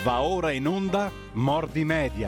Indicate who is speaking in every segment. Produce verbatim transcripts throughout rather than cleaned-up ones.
Speaker 1: Va ora in onda Mordi Media.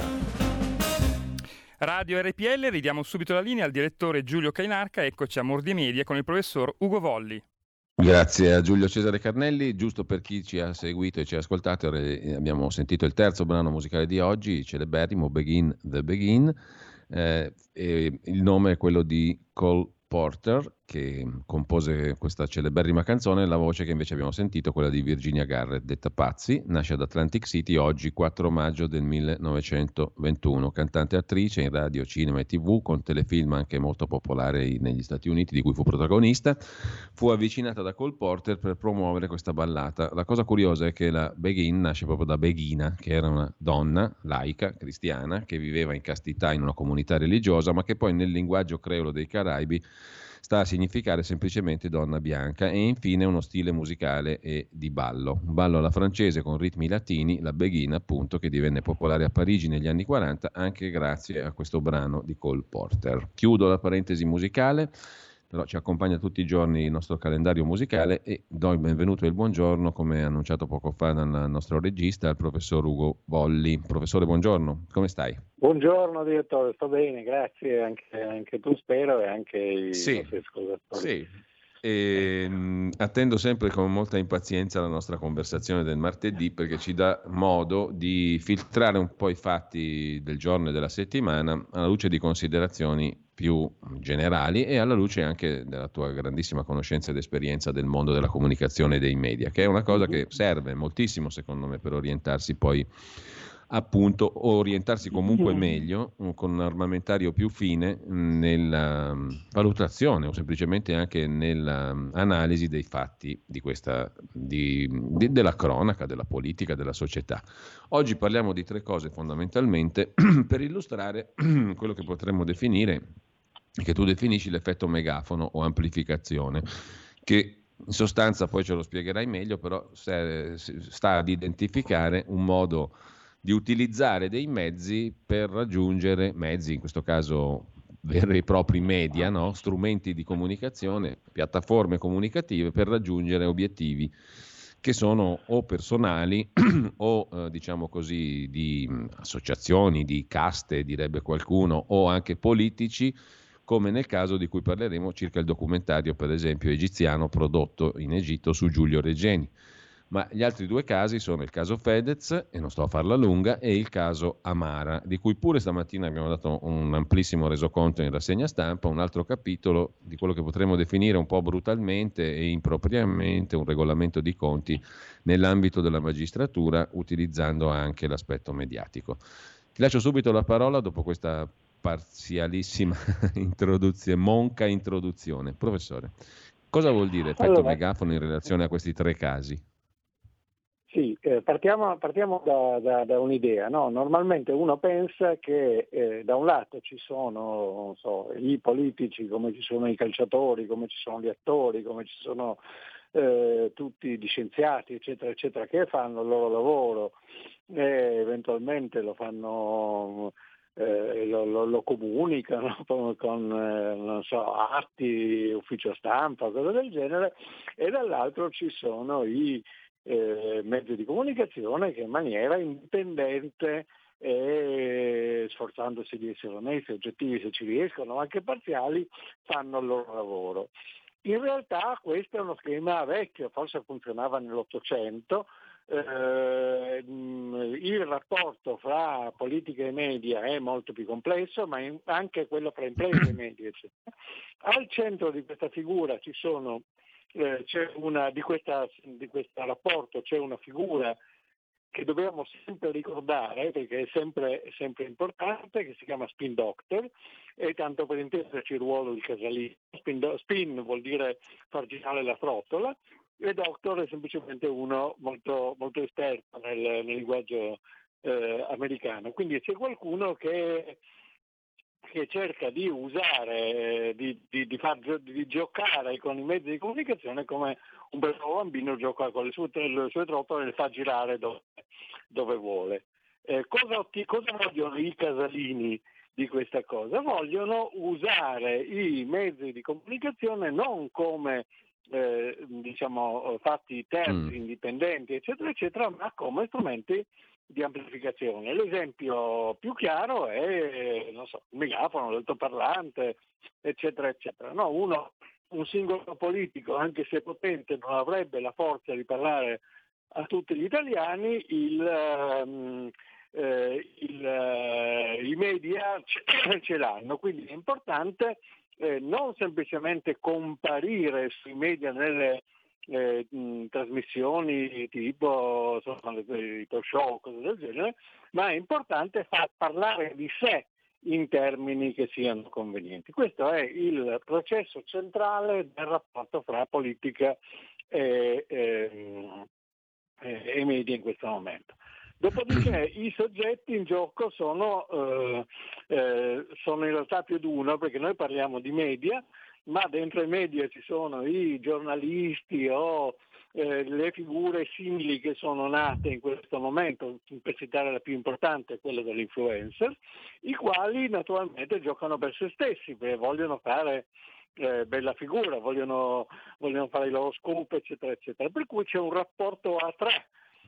Speaker 2: Radio R P L, ridiamo subito la linea al direttore Giulio Cainarca. Eccoci a Mordi Media con il professor Ugo Volli.
Speaker 3: Grazie a Giulio Cesare Carnelli. Giusto per chi ci ha seguito e ci ha ascoltato, abbiamo sentito il terzo brano musicale di oggi, celeberrimo Begin the Begin. Eh, e il nome è quello di Cole Porter, che compose questa celeberrima canzone. La voce che invece abbiamo sentito, quella di Virginia Garrett, detta Pazzi, nasce ad Atlantic City oggi quattro maggio del millenovecentoventuno, cantante e attrice in radio, cinema e tv, con telefilm anche molto popolare negli Stati Uniti, di cui fu protagonista. Fu avvicinata da Cole Porter per promuovere questa ballata. La cosa curiosa è che la Begin nasce proprio da Begina, che era una donna laica, cristiana, che viveva in castità in una comunità religiosa, ma che poi nel linguaggio creolo dei Caraibi sta a significare semplicemente donna bianca. E infine uno stile musicale e di ballo, un ballo alla francese con ritmi latini, la Begin appunto, che divenne popolare a Parigi negli anni quaranta anche grazie a questo brano di Cole Porter. Chiudo la parentesi musicale, però ci accompagna tutti i giorni il nostro calendario musicale e do il benvenuto e il buongiorno, come annunciato poco fa dal nostro regista, al professor Ugo Volli. Professore, buongiorno, come stai?
Speaker 4: Buongiorno direttore, sto bene, grazie, anche, anche tu spero e anche i
Speaker 3: sì,
Speaker 4: nostri ascoltatori.
Speaker 3: Sì, e, mh, attendo sempre con molta impazienza la nostra conversazione del martedì, perché ci dà modo di filtrare un po' i fatti del giorno e della settimana alla luce di considerazioni più generali e alla luce anche della tua grandissima conoscenza ed esperienza del mondo della comunicazione e dei media, che è una cosa che serve moltissimo secondo me per orientarsi poi appunto orientarsi comunque meglio, con un armamentario più fine nella valutazione o semplicemente anche nell'analisi dei fatti di questa, di, di, della cronaca, della politica, della società. Oggi parliamo di tre cose fondamentalmente per illustrare quello che potremmo definire, che tu definisci l'effetto megafono o amplificazione, che in sostanza poi ce lo spiegherai meglio, però sta ad identificare un modo di utilizzare dei mezzi per raggiungere, mezzi in questo caso veri e propri media, no? Strumenti di comunicazione, piattaforme comunicative per raggiungere obiettivi che sono o personali o eh, diciamo così di mh, associazioni, di caste direbbe qualcuno, o anche politici, come nel caso di cui parleremo circa il documentario per esempio egiziano prodotto in Egitto su Giulio Regeni. Ma gli altri due casi sono il caso Fedez, e non sto a farla lunga, e il caso Amara, di cui pure stamattina abbiamo dato un amplissimo resoconto in rassegna stampa, un altro capitolo di quello che potremmo definire un po' brutalmente e impropriamente un regolamento di conti nell'ambito della magistratura, utilizzando anche l'aspetto mediatico. Ti lascio subito la parola dopo questa parzialissima introduzione, monca introduzione. Professore, cosa vuol dire effetto
Speaker 4: Allora,
Speaker 3: megafono in relazione a questi tre casi?
Speaker 4: Sì, eh, partiamo, partiamo da, da, da un'idea, no? Normalmente uno pensa che eh, da un lato ci sono, non so, i politici, come ci sono i calciatori, come ci sono gli attori, come ci sono eh, tutti gli scienziati, eccetera, eccetera, che fanno il loro lavoro e eventualmente lo fanno, eh, lo, lo, lo comunicano con, con eh, non so, atti, ufficio stampa, cose del genere, e dall'altro ci sono i Eh, mezzi di comunicazione che in maniera indipendente e sforzandosi di essere onesti, oggettivi se ci riescono, anche parziali, fanno il loro lavoro. In realtà questo è uno schema vecchio, forse funzionava nell'Ottocento. Eh, il rapporto fra politica e media è molto più complesso, ma anche quello fra imprese e media, eccetera. Al centro di questa figura ci sono Eh, c'è una di questa di questo rapporto c'è una figura che dobbiamo sempre ricordare perché è sempre, è sempre importante, che si chiama spin doctor, e tanto per intenderci il ruolo di Casalino. Spin, spin vuol dire far girare la trottola e doctor è semplicemente uno molto, molto esperto nel, nel linguaggio eh, americano, quindi c'è qualcuno che che cerca di usare, di, di, di, far, di giocare con i mezzi di comunicazione come un bravo bambino gioca con le sue, le sue trottole e le fa girare dove, dove vuole. Eh, cosa, cosa vogliono i Casalini di questa cosa? Vogliono usare i mezzi di comunicazione non come eh, diciamo fatti terzi,
Speaker 3: Mm.
Speaker 4: indipendenti, eccetera, eccetera, ma come strumenti di amplificazione. L'esempio più chiaro è, non so, il megafono, l'altoparlante, eccetera, eccetera. No, uno, un singolo politico, anche se potente, non avrebbe la forza di parlare a tutti gli italiani, il, um, eh, il, eh, i media ce, ce l'hanno, quindi è importante eh, non semplicemente comparire sui media nelle eh, mh, trasmissioni tipo insomma, i talk show, cose del genere, ma è importante far parlare di sé in termini che siano convenienti. Questo è il processo centrale del rapporto fra politica e, e, e media in questo momento. Dopodiché i soggetti in gioco sono, eh, eh, sono in realtà più di uno, perché noi parliamo di media, ma dentro i media ci sono i giornalisti o eh, le figure simili che sono nate in questo momento, per citare la più importante, quella dell'influencer, i quali naturalmente giocano per se stessi, perché vogliono fare eh, bella figura, vogliono, vogliono fare i loro scoop, eccetera, eccetera. Per cui c'è un rapporto a tre.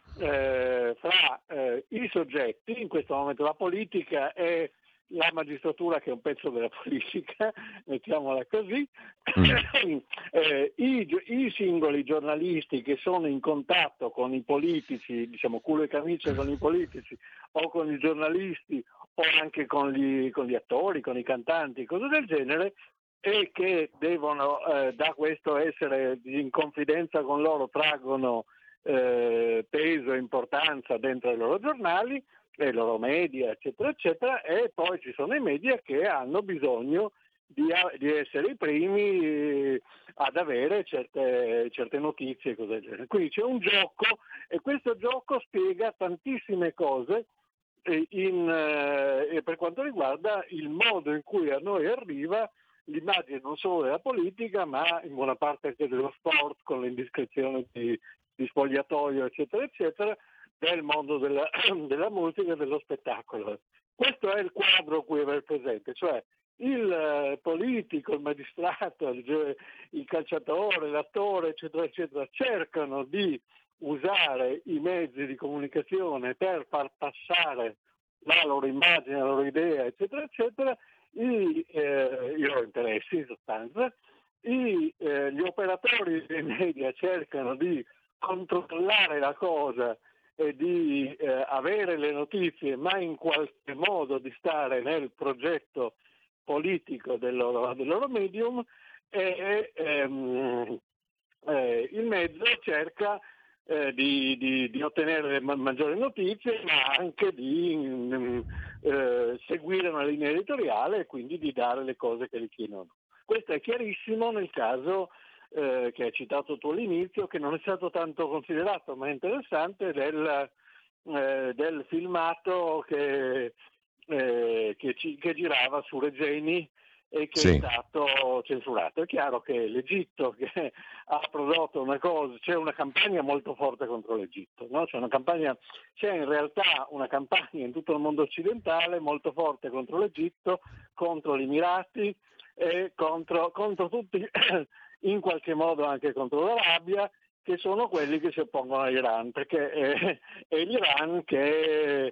Speaker 4: Eh, fra eh, i soggetti, in questo momento la politica e la magistratura che è un pezzo della politica, mettiamola così, mm. eh, i, i singoli giornalisti che sono in contatto con i politici, diciamo culo e camicia con i politici o con i giornalisti o anche con gli, con gli attori, con i cantanti, cose del genere, e che devono eh, da questo essere in confidenza con loro, traggono Eh, peso e importanza dentro i loro giornali, i loro media, eccetera, eccetera, e poi ci sono i media che hanno bisogno di, di essere i primi ad avere certe, certe notizie e cose del genere. Quindi c'è un gioco e questo gioco spiega tantissime cose in, eh, per quanto riguarda il modo in cui a noi arriva l'immagine non solo della politica, ma in buona parte anche dello sport, con le indiscrezioni di di spogliatoio, eccetera, eccetera, del mondo della, della musica e dello spettacolo. Questo è il quadro a cui aver presente, cioè il eh, politico, il magistrato, il, il calciatore, l'attore, eccetera, eccetera, cercano di usare i mezzi di comunicazione per far passare la loro immagine, la loro idea, eccetera, eccetera, i, eh, i loro interessi in sostanza. I, eh, gli operatori dei media cercano di controllare la cosa e di eh, avere le notizie, ma in qualche modo di stare nel progetto politico del loro, del loro medium, e ehm, eh, il mezzo cerca eh, di, di, di ottenere ma- maggiori notizie, ma anche di mh, eh, seguire una linea editoriale e quindi di dare le cose che richiedono. Questo è chiarissimo nel caso Eh, che hai citato tu all'inizio, che non è stato tanto considerato, ma è interessante, del, eh, del filmato che, eh, che, ci, che girava su Regeni e che sì. È stato censurato. È chiaro che l'Egitto che ha prodotto una cosa, c'è una campagna molto forte contro l'Egitto, no? C'è una campagna, c'è in realtà una campagna in tutto il mondo occidentale molto forte contro l'Egitto, contro gli Emirati e contro, contro tutti in qualche modo anche contro l'Arabia, che sono quelli che si oppongono all'Iran, perché è, è l'Iran che,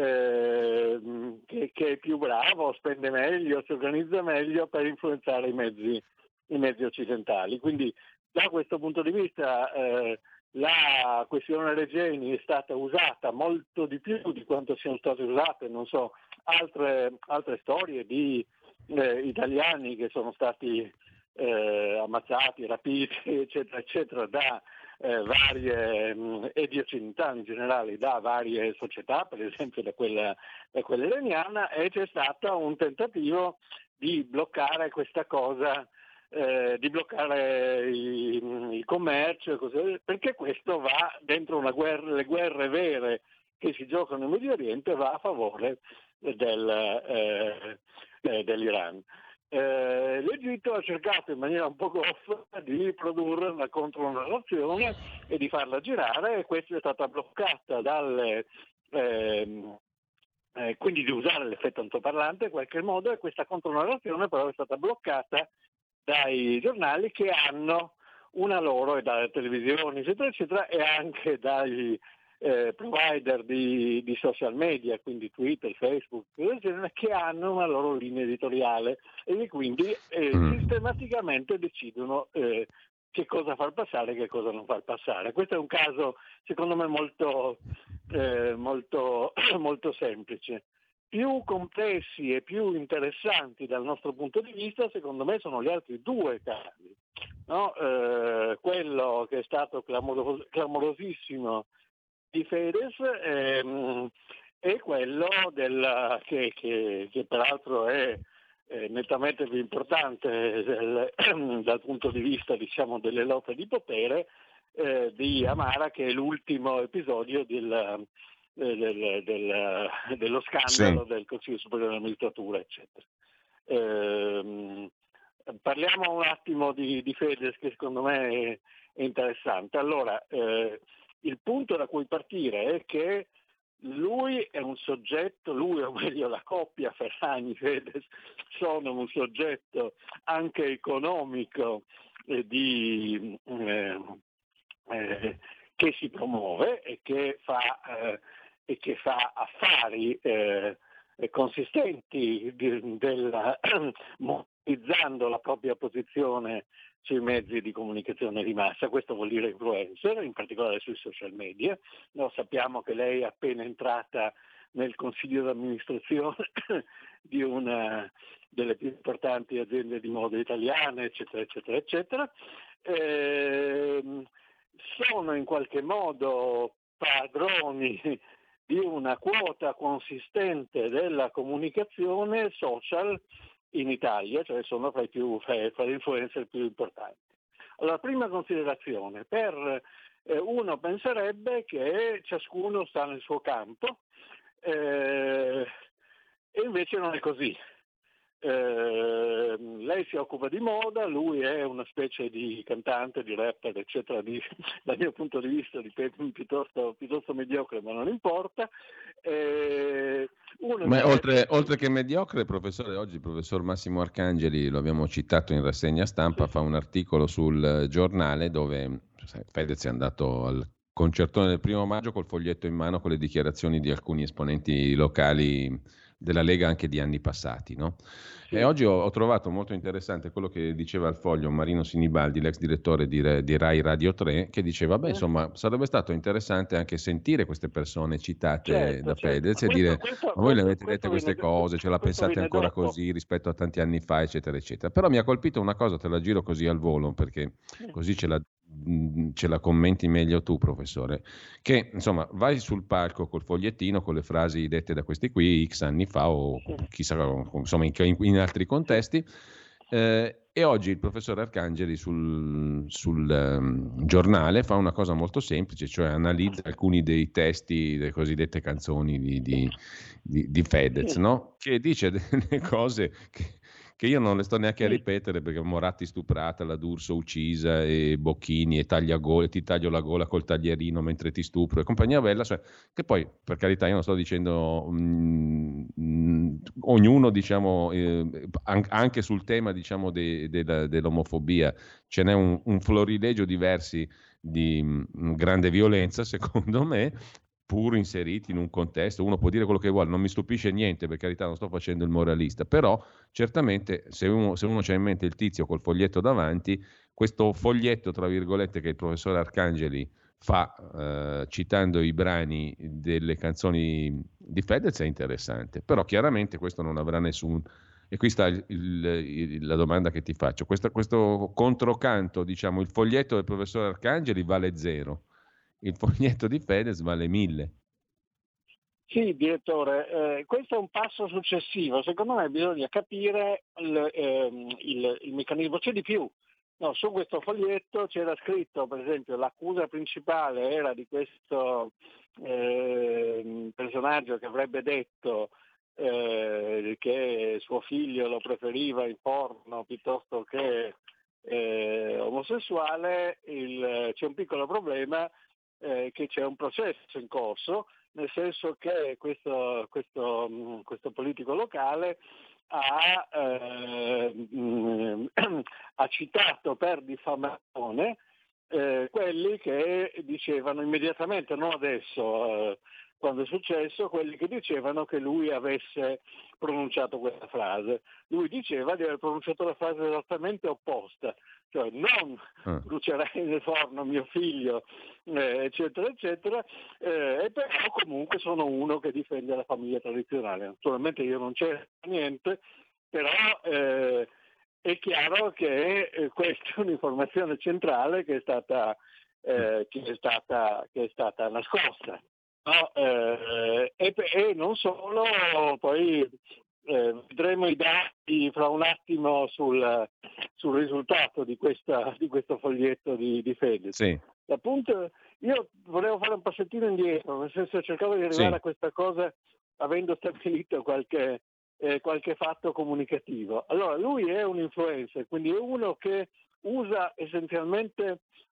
Speaker 4: eh, che, che è più bravo, spende meglio, si organizza meglio per influenzare i mezzi, i mezzi occidentali. Quindi da questo punto di vista eh, la questione Regeni è stata usata molto di più di quanto siano state usate, non so, altre, altre storie di eh, italiani che sono stati Eh, ammazzati, rapiti, eccetera, eccetera, da eh, varie, mh, e di occidentali in generale, da varie società, per esempio da quella, da quella iraniana, e c'è stato un tentativo di bloccare questa cosa, eh, di bloccare i, il commercio, così, perché questo va dentro una guerra, le guerre vere che si giocano in Medio Oriente, va a favore del, eh, eh, dell'Iran. Eh, L'Egitto ha cercato in maniera un po' goffa di produrre una contronarrazione e di farla girare, e questa è stata bloccata dalle ehm, eh, quindi di usare l'effetto altoparlante in qualche modo, e questa contronarrazione però è stata bloccata dai giornali che hanno una loro è dalle televisioni, eccetera, eccetera, e anche dai eh, provider di, di social media, quindi Twitter, Facebook, eccetera, che hanno una loro linea editoriale e che quindi eh,
Speaker 3: Mm.
Speaker 4: sistematicamente decidono eh, che cosa far passare e che cosa non far passare. Questo è un caso, secondo me, molto, eh, molto, molto semplice. Più complessi e più interessanti dal nostro punto di vista, secondo me, sono gli altri due casi. No? Eh, quello che è stato clamoro- clamorosissimo di Fedez ehm, e quello del, che, che, che peraltro è eh, nettamente più importante del, dal punto di vista, diciamo, delle lotte di potere eh, di Amara, che è l'ultimo episodio del, del, del, dello scandalo
Speaker 3: Sì.
Speaker 4: del Consiglio Superiore della Magistratura, eccetera. Ehm, parliamo un attimo di, di Fedez, che secondo me è, è interessante. Allora, eh, il punto da cui partire è che lui è un soggetto, lui o meglio la coppia Ferragni-Fedez sono un soggetto anche economico eh, di, eh, eh, che si promuove e che fa, eh, e che fa affari eh, consistenti di, della, monetizzando la propria posizione sui mezzi di comunicazione di massa. Questo vuol dire influencer, in particolare sui social media. Noi sappiamo che lei è appena entrata nel consiglio d'amministrazione di una delle più importanti aziende di moda italiane, eccetera, eccetera, eccetera. Eh, sono in qualche modo padroni di una quota consistente della comunicazione social in Italia, cioè sono fra i più, fra gli influencer più importanti. Allora, prima considerazione, per eh, uno penserebbe che ciascuno sta nel suo campo eh, e invece non è così. Eh, lei si occupa di moda, lui è una specie di cantante, di rapper, eccetera, di, dal mio punto di vista di, piuttosto, piuttosto mediocre, ma non importa. Eh, uno
Speaker 3: Ma
Speaker 4: dice,
Speaker 3: oltre, oltre che mediocre, professore, oggi il professor Massimo Arcangeli, lo abbiamo citato in rassegna stampa,
Speaker 4: sì,
Speaker 3: fa un articolo sul giornale dove sai, Fedez è andato al concertone del primo maggio col foglietto in mano con le dichiarazioni di alcuni esponenti locali della Lega anche di anni passati, no? E
Speaker 4: sì,
Speaker 3: oggi ho, ho trovato molto interessante quello che diceva al foglio Marino Sinibaldi, l'ex direttore di, Re- di Rai Radio tre, che diceva, beh,
Speaker 4: eh,
Speaker 3: insomma, sarebbe stato interessante anche sentire queste persone citate
Speaker 4: certo,
Speaker 3: da
Speaker 4: certo. Ma
Speaker 3: Fedez e
Speaker 4: questo,
Speaker 3: dire,
Speaker 4: questo,
Speaker 3: ma voi le
Speaker 4: questo,
Speaker 3: avete dette
Speaker 4: questo,
Speaker 3: queste
Speaker 4: viene,
Speaker 3: cose, ce la
Speaker 4: questo
Speaker 3: pensate
Speaker 4: viene
Speaker 3: ancora
Speaker 4: dopo.
Speaker 3: così rispetto a tanti anni fa, eccetera, eccetera. Però mi ha colpito una cosa, te la giro così al volo, perché così ce la, mh, ce la commenti meglio tu, professore, che insomma vai sul palco col fogliettino con le frasi dette da questi qui X anni fa o
Speaker 4: Sì,
Speaker 3: chissà, insomma in, in altri
Speaker 4: sì,
Speaker 3: contesti. Eh, e oggi il professor Arcangeli sul, sul um, giornale fa una cosa molto semplice, cioè analizza alcuni dei testi delle cosiddette canzoni di, di, di, di Fedez,
Speaker 4: sì,
Speaker 3: no? Che dice delle cose che, che io non le sto neanche a
Speaker 4: sì.
Speaker 3: ripetere perché Moratti stuprata, la D'Urso uccisa e Bocchini e tagliagola, ti taglio la gola col taglierino mentre ti stupro e compagnia bella, cioè, che poi per carità io non sto dicendo mh, mh, ognuno diciamo eh, an- anche sul tema diciamo de- de- dell'omofobia ce n'è un, un florilegio di versi di mh, grande violenza secondo me, pur inseriti in un contesto. Uno può dire quello che vuole, non mi stupisce niente, per carità, non sto facendo il moralista, però certamente se uno, se uno c'ha in mente il tizio col foglietto davanti, questo foglietto, tra virgolette, che il professore Arcangeli fa eh, citando i brani delle canzoni di Fedez è interessante, però chiaramente questo non avrà nessun... E qui sta il- il- il- la domanda che ti faccio. Questo, questo controcanto, diciamo, il foglietto del professore Arcangeli vale zero, il foglietto di Fedez vale mille.
Speaker 4: Sì, direttore, eh, questo è un passo successivo. Secondo me bisogna capire il, ehm, il- il meccanismo. C'è di più. No, su questo foglietto c'era scritto, per esempio, l'accusa principale era di questo ehm, personaggio che avrebbe detto eh, che suo figlio lo preferiva in porno piuttosto che eh, omosessuale. Il- c'è un piccolo problema eh, che c'è un processo in corso, nel senso che questo, questo, questo politico locale ha, eh, mh, ha citato per diffamazione eh, quelli che dicevano immediatamente, non adesso, eh, quando è successo, quelli che dicevano che lui avesse pronunciato questa frase. Lui diceva di aver pronunciato la frase esattamente opposta, cioè non
Speaker 3: Ah.
Speaker 4: brucerei nel forno mio figlio, eh, eccetera, eccetera, eh, e però comunque sono uno che difende la famiglia tradizionale. Naturalmente io non c'è niente, però eh, è chiaro che eh, questa è un'informazione centrale che è stata, eh, che è stata, che è stata nascosta. No, eh, e, e non solo, poi eh, vedremo i dati fra un attimo sul, sul risultato di, questa, di questo foglietto di, di Fedez.
Speaker 3: Sì.
Speaker 4: Appunto, io volevo fare un passettino indietro, nel senso cercavo di arrivare
Speaker 3: Sì.
Speaker 4: a questa cosa avendo stabilito qualche, eh, qualche fatto comunicativo. Allora, lui è un influencer, quindi è uno che usa essenzialmente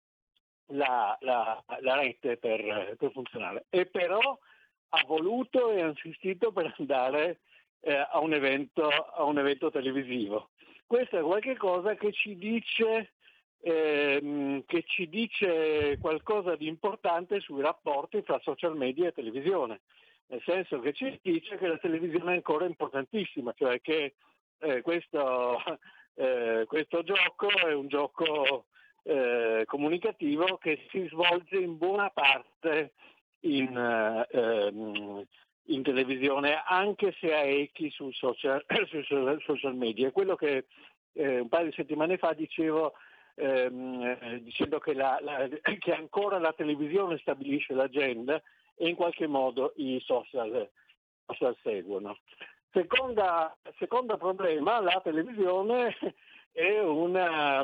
Speaker 4: La, la, la rete per, per funzionare, e però ha voluto e ha insistito per andare eh, a un evento a un evento televisivo. Questo è qualche cosa che ci dice ehm, che ci dice qualcosa di importante sui rapporti tra social media e televisione, nel senso che ci dice che la televisione è ancora importantissima, cioè che eh, questo, eh, questo gioco è un gioco Eh, comunicativo che si svolge in buona parte in, eh, in televisione, anche se a echi su social, sui social media. È quello che eh, un paio di settimane fa dicevo, ehm, dicendo che, la, la, che ancora la televisione stabilisce l'agenda e in qualche modo i social, social seguono. Seconda, secondo problema, la televisione è una,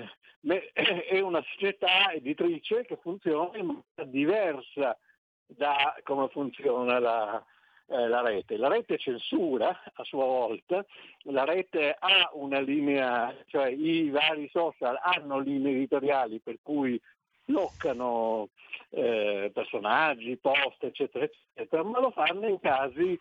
Speaker 4: è una società editrice che funziona in maniera diversa da come funziona la, eh, la rete. La rete censura a sua volta, la rete ha una linea, cioè i vari social hanno linee editoriali per cui bloccano eh, personaggi, post, eccetera, eccetera, ma lo fanno in casi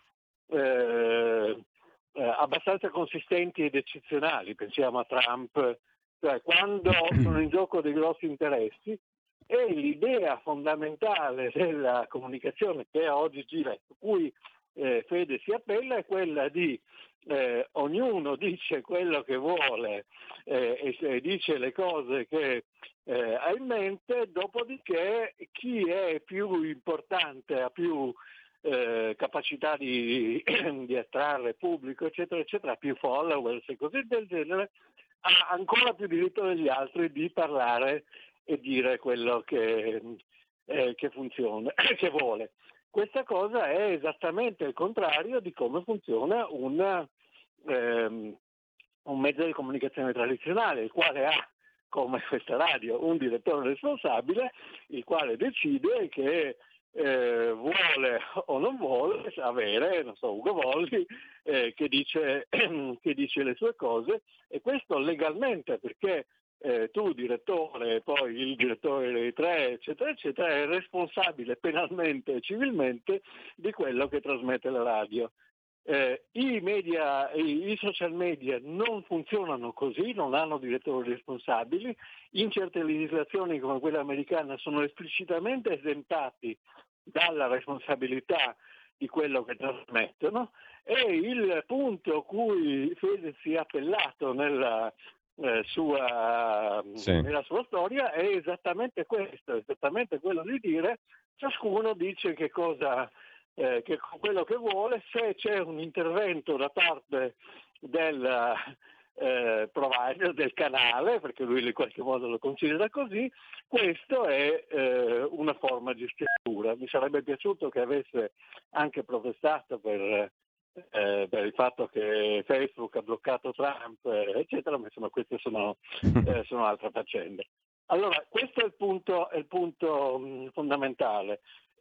Speaker 4: eh, eh, abbastanza consistenti ed eccezionali. Pensiamo a Trump, cioè quando sono in gioco dei grossi interessi, e l'idea fondamentale della comunicazione che oggi gira, su cui eh, Fede si appella, è quella di eh, ognuno dice quello che vuole eh, e, e dice le cose che eh, ha in mente, dopodiché chi è più importante, ha più eh, capacità di, di attrarre pubblico, eccetera, eccetera, più followers e così del genere, ha ancora più diritto degli altri di parlare e dire quello che, eh, che funziona, che vuole. Questa cosa è esattamente il contrario di come funziona un, ehm, un mezzo di comunicazione tradizionale, il quale ha, come questa radio, un direttore responsabile, il quale decide che eh, vuole o non vuole avere, non so, Ugo Volli, eh, che dice, che dice le sue cose, e questo legalmente, perché Eh, tu direttore, poi il direttore dei tre, eccetera, eccetera, è responsabile penalmente e civilmente di quello che trasmette la radio. Eh, i media, i, i social media non funzionano così, non hanno direttori responsabili, in certe legislazioni come quella americana sono esplicitamente esentati dalla responsabilità di quello che trasmettono, e il punto a cui Fede si è appellato nella Eh, sua,
Speaker 3: Sì.
Speaker 4: nella sua storia è esattamente questo, esattamente quello di dire ciascuno dice che cosa, eh, che quello che vuole. Se c'è un intervento da parte del eh, provider, del canale, perché lui in qualche modo lo considera così, questo è eh, una forma di scrittura. Mi sarebbe piaciuto che avesse anche protestato per Eh, per il fatto che Facebook ha bloccato Trump, eh, eccetera, ma insomma queste sono, eh, sono altre faccende. Allora, questo è il punto, è il punto mh, fondamentale.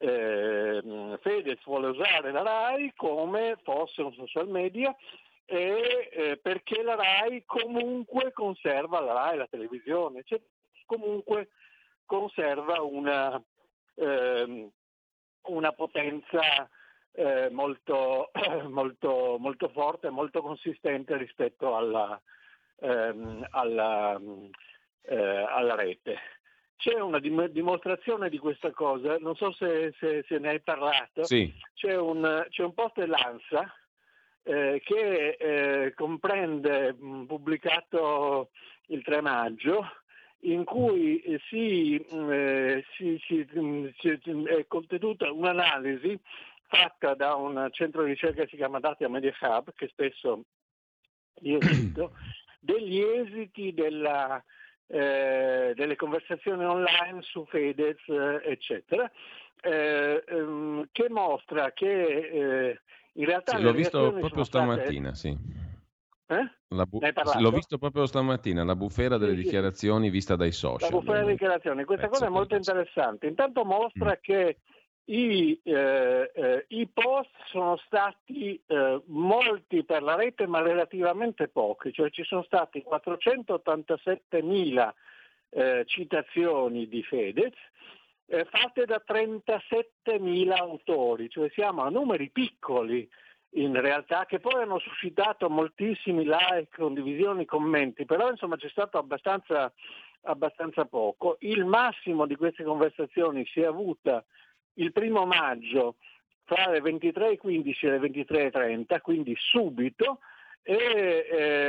Speaker 4: Eh, Fedez vuole usare la RAI come fosse un social media, e, eh, perché la RAI comunque conserva, la RAI, la televisione, eccetera, comunque conserva una, ehm, una potenza eh, molto, molto, molto forte, molto consistente rispetto alla, ehm, alla, eh, alla rete. C'è una dim- dimostrazione di questa cosa, non so se, se, se ne hai parlato,
Speaker 3: Sì.
Speaker 4: c'è un, c'è un post dell'ANSA eh, che eh, comprende, mh, pubblicato il tre maggio, in cui si, eh, si, si, si è contenuta un'analisi fatta da un centro di ricerca che si chiama Data Media Hub, che spesso io cito, degli esiti della, eh, delle conversazioni online su Fedez, eccetera, eh, ehm, che mostra che eh, in realtà
Speaker 3: Sì,
Speaker 4: le
Speaker 3: l'ho visto
Speaker 4: reazioni
Speaker 3: proprio
Speaker 4: sono state...
Speaker 3: stamattina, sì.
Speaker 4: Eh?
Speaker 3: La bu-
Speaker 4: Ne hai
Speaker 3: sì, l'ho
Speaker 4: parlato?
Speaker 3: visto proprio stamattina, la bufera delle
Speaker 4: Sì, sì, sì.
Speaker 3: dichiarazioni vista dai
Speaker 4: La
Speaker 3: social.
Speaker 4: bufera di
Speaker 3: eh,
Speaker 4: dichiarazioni. Questa cosa
Speaker 3: pezzo
Speaker 4: è molto
Speaker 3: per pezzo.
Speaker 4: interessante. Intanto
Speaker 3: Mm.
Speaker 4: mostra che i, eh, eh, i post sono stati eh, molti per la rete, ma relativamente pochi, cioè ci sono stati quattrocentottantasettemila eh, citazioni di Fedez eh, fatte da trentasettemila autori, cioè siamo a numeri piccoli in realtà, che poi hanno suscitato moltissimi like, condivisioni, commenti, però insomma c'è stato abbastanza, abbastanza poco. Il massimo di queste conversazioni si è avuta il primo maggio fra le ventitré e quindici e le ventitré e trenta, quindi subito, e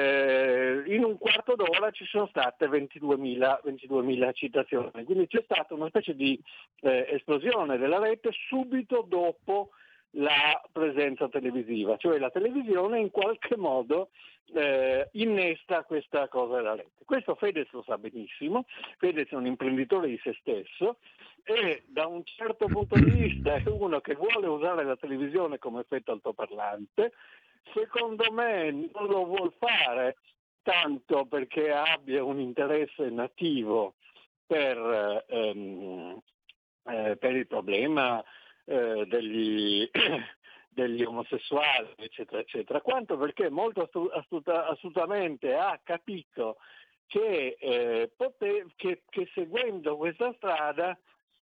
Speaker 4: eh, in un quarto d'ora ci sono state ventiduemila, ventiduemila citazioni, quindi c'è stata una specie di eh, esplosione della rete subito dopo la presenza televisiva, cioè la televisione in qualche modo eh, innesta questa cosa della rete. Questo Fedez lo sa benissimo, Fedez è un imprenditore di se stesso e da un certo punto di vista è uno che vuole usare la televisione come effetto altoparlante. Secondo me non lo vuol fare tanto perché abbia un interesse nativo per, ehm, eh, per il problema eh, degli, degli omosessuali, eccetera, eccetera, quanto perché molto astuta, astutamente ha capito che, eh, pote- che, che seguendo questa strada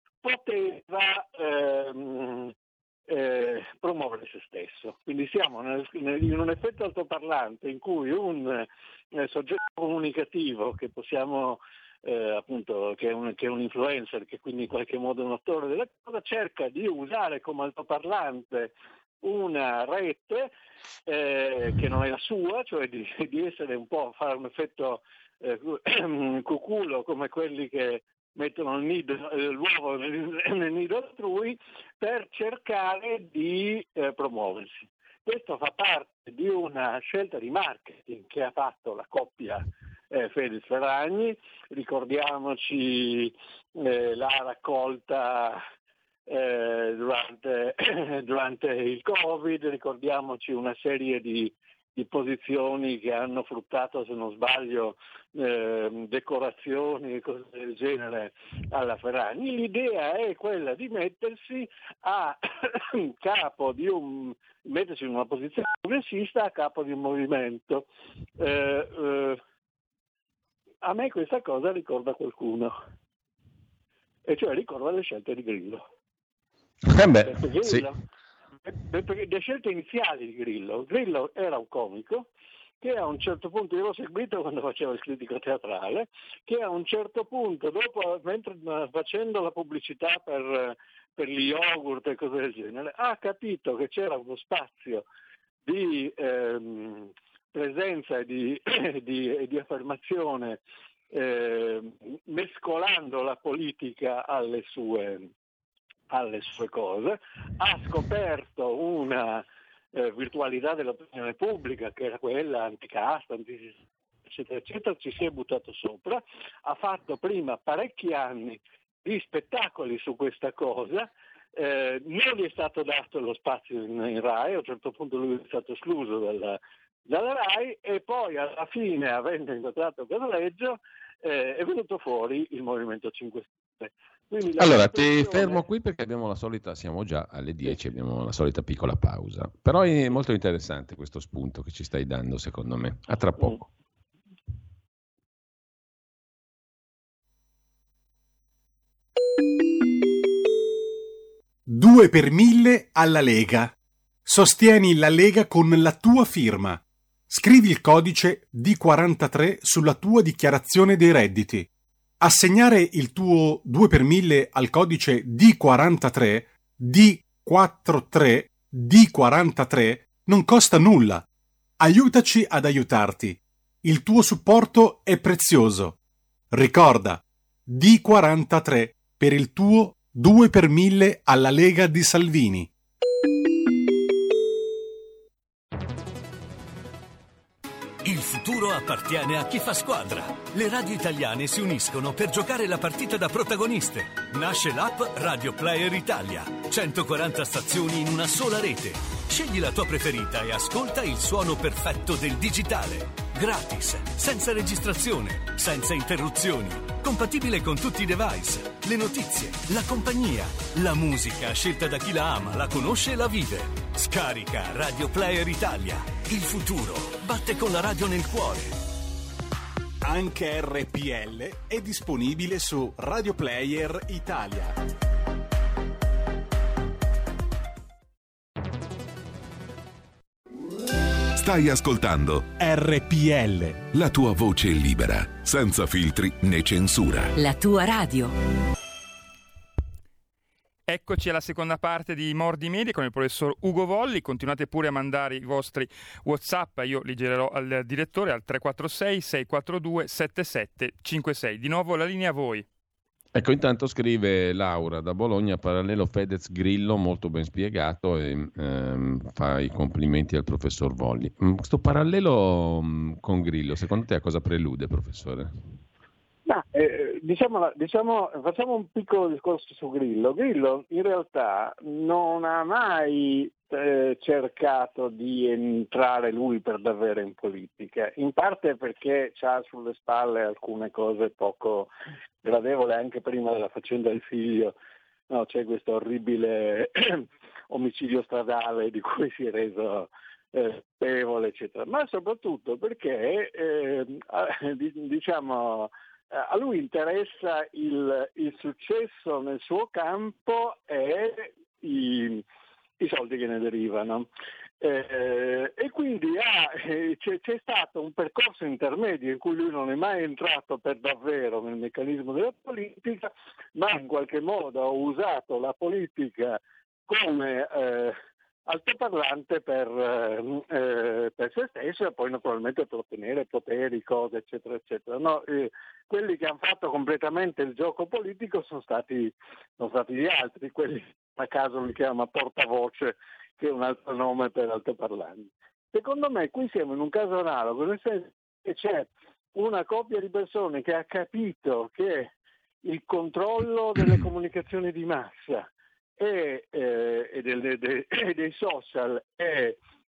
Speaker 4: poteva ehm, eh, promuovere se stesso. Quindi siamo nel, nel, in un effetto altoparlante in cui un eh, soggetto comunicativo che possiamo eh, appunto che è, un, che è un influencer, che quindi in qualche modo è un attore della cosa, cerca di usare come altoparlante una rete eh, che non è la sua, cioè di, di essere un po', fare un effetto eh, cuculo come quelli che mettono il nido, eh, l'uovo nel, nel nido altrui, per cercare di eh, promuoversi. Questo fa parte di una scelta di marketing che ha fatto la coppia eh, Fedez Ferragni. Ricordiamoci eh, la raccolta eh, durante, durante il Covid, ricordiamoci una serie di di posizioni che hanno fruttato, se non sbaglio, eh, decorazioni e cose del genere alla Ferragni. L'idea è quella di mettersi a capo di un mettersi in una posizione progressista a capo di un movimento. Eh, eh, a me questa cosa ricorda qualcuno, e cioè ricorda le scelte di Grillo.
Speaker 3: Eh beh,
Speaker 4: Grillo
Speaker 3: sì.
Speaker 4: le scelte iniziali di Grillo. Grillo era un comico che a un certo punto, io l'ho seguito quando faceva il critico teatrale, che a un certo punto, dopo, mentre facendo la pubblicità per, per gli yogurt e cose del genere, ha capito che c'era uno spazio di ehm, presenza e di, di, e di affermazione eh, mescolando la politica alle sue alle sue cose, ha scoperto una eh, virtualità dell'opinione pubblica che era quella anticasta, anti, eccetera, eccetera, ci si è buttato sopra, ha fatto prima parecchi anni di spettacoli su questa cosa, eh, non gli è stato dato lo spazio in, in Rai, a un certo punto lui è stato escluso dalla, dalla Rai e poi alla fine, avendo incontrato Casaleggio, eh, è venuto fuori il Movimento cinque Stelle.
Speaker 3: Allora, ti fermo qui perché abbiamo la solita, siamo già alle dieci, abbiamo la solita piccola pausa. Però è molto interessante questo spunto che ci stai dando, secondo me. A tra poco.
Speaker 1: due per mille alla Lega. Sostieni la Lega con la tua firma. Scrivi il codice D quarantatré sulla tua dichiarazione dei redditi. Assegnare il tuo due per mille al codice D quarantatré, D quarantatré, D quarantatré non costa nulla. Aiutaci ad aiutarti. Il tuo supporto è prezioso. Ricorda, D quarantatré per il tuo due per mille alla Lega di Salvini.
Speaker 5: Il futuro appartiene a chi fa squadra. Le radio italiane si uniscono per giocare la partita da protagoniste. Nasce l'app Radio Player Italia. centoquaranta stazioni in una sola rete. Scegli la tua preferita e ascolta il suono perfetto del digitale. Gratis, senza registrazione, senza interruzioni. Compatibile con tutti i device. Le notizie, la compagnia, la musica scelta da chi la ama, la conosce e la vive. Scarica Radio Player Italia. Il futuro batte con la radio nel cuore.
Speaker 1: Anche R P L è disponibile su Radio Player Italia.
Speaker 6: Stai ascoltando
Speaker 1: R P L,
Speaker 6: la tua voce libera, senza filtri né censura.
Speaker 7: La tua radio.
Speaker 2: Eccoci alla seconda parte di Mordi Media con il professor Ugo Volli. Continuate pure a mandare i vostri WhatsApp, io li girerò al direttore al tre quattro sei sei quattro due sette sette cinque sei. Di nuovo la linea a voi.
Speaker 3: Ecco, intanto scrive Laura da Bologna, parallelo Fedez Grillo, molto ben spiegato, e ehm, fa i complimenti al professor Volli. Questo parallelo mh, con Grillo, secondo te a cosa prelude, professore?
Speaker 4: Ma, eh, diciamo, diciamo, facciamo un piccolo discorso su Grillo. Grillo in realtà non ha mai eh, cercato di entrare lui per davvero in politica, in parte perché ha sulle spalle alcune cose poco gradevoli anche prima della faccenda del figlio. No, c'è questo orribile omicidio stradale di cui si è reso eh, colpevole, eccetera, ma soprattutto perché eh, diciamo a lui interessa il, il successo nel suo campo e i, i soldi che ne derivano. Eh, e quindi ha, eh, c'è, c'è stato un percorso intermedio in cui lui non è mai entrato per davvero nel meccanismo della politica, ma in qualche modo ha usato la politica come eh, altoparlante per, eh, per se stesso e poi naturalmente per ottenere poteri, cose, eccetera, eccetera. No, eh, quelli che hanno fatto completamente il gioco politico sono stati, sono stati gli altri, quelli a caso li chiama portavoce, che è un altro nome per altoparlanti. Secondo me qui siamo in un caso analogo, nel senso che c'è una coppia di persone che ha capito che il controllo delle comunicazioni di massa e, eh, e, delle, de, e dei social è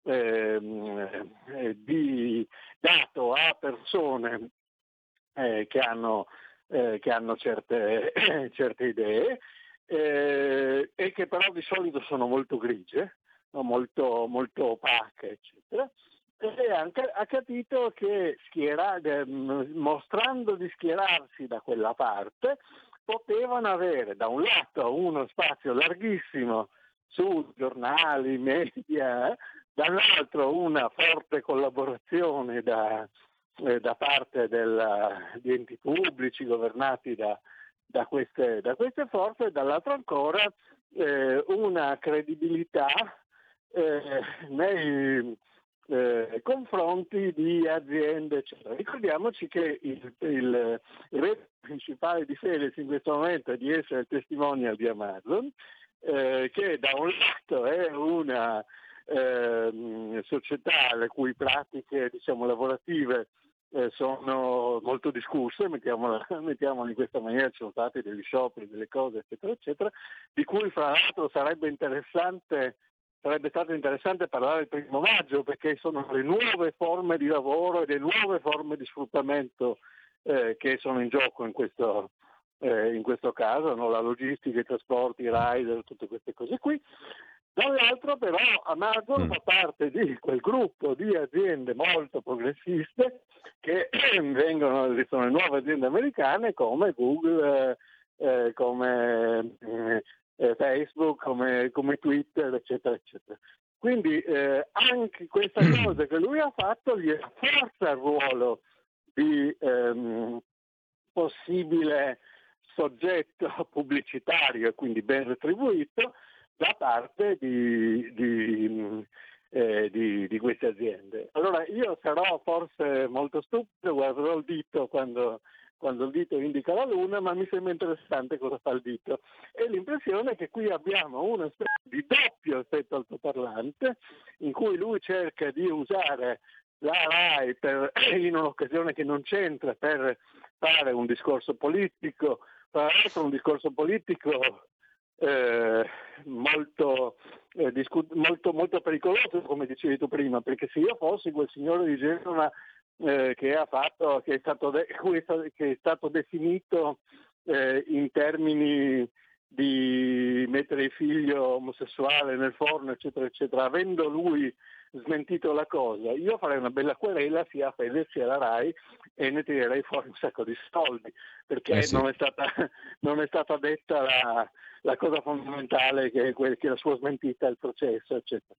Speaker 4: eh, di, dato a persone eh, che hanno, eh, che hanno certe, certe idee eh, e che però di solito sono molto grigie, no? molto, molto opache, eccetera. E anche ha capito che schiera, mostrando di schierarsi da quella parte, potevano avere da un lato uno spazio larghissimo su giornali, media, eh, dall'altro una forte collaborazione da, eh, da parte della, di enti pubblici governati da, da, queste, da queste forze, e dall'altro ancora eh, una credibilità eh, nei Eh, confronti di aziende, eccetera. Ricordiamoci che il, il, il reddito principale di Fedez in questo momento è di essere il testimonial di Amazon, eh, che da un lato è una eh, società le cui pratiche, diciamo, lavorative eh, sono molto discusse, mettiamola, mettiamola in questa maniera, ci sono stati degli scioperi, delle cose, eccetera, eccetera, di cui fra l'altro sarebbe interessante Sarebbe stato interessante parlare il primo maggio, perché sono le nuove forme di lavoro e le nuove forme di sfruttamento eh, che sono in gioco in questo, eh, in questo caso, no? La logistica, i trasporti, i rider, tutte queste cose qui. Dall'altro però Amazon mm. fa parte di quel gruppo di aziende molto progressiste che vengono, sono le nuove aziende americane come Google, eh, come... Eh, Eh, Facebook, come, come Twitter, eccetera, eccetera. Quindi eh, anche questa cosa che lui ha fatto gli rafforza il ruolo di ehm, possibile soggetto pubblicitario e quindi ben retribuito da parte di, di, eh, di, di queste aziende. Allora io sarò forse molto stupido, guarderò il dito quando, quando il dito indica la luna, ma mi sembra interessante cosa fa il dito. E l'impressione è che qui abbiamo una specie di doppio effetto altoparlante, in cui lui cerca di usare la RAI per, in un'occasione che non c'entra, per fare un discorso politico, tra l'altro un discorso politico eh, molto, eh, discu- molto, molto pericoloso, come dicevi tu prima, perché se io fossi quel signore di Genova eh, che ha fatto, che è stato, de- che è stato definito eh, in termini di mettere il figlio omosessuale nel forno, eccetera, eccetera, avendo lui smentito la cosa, io farei una bella querela sia a Fedez sia alla RAI e ne tirerei fuori un sacco di soldi, perché
Speaker 3: eh sì.
Speaker 4: non è stata, non è stata detta la, la cosa fondamentale che è, quel, che la sua smentita, il processo, eccetera.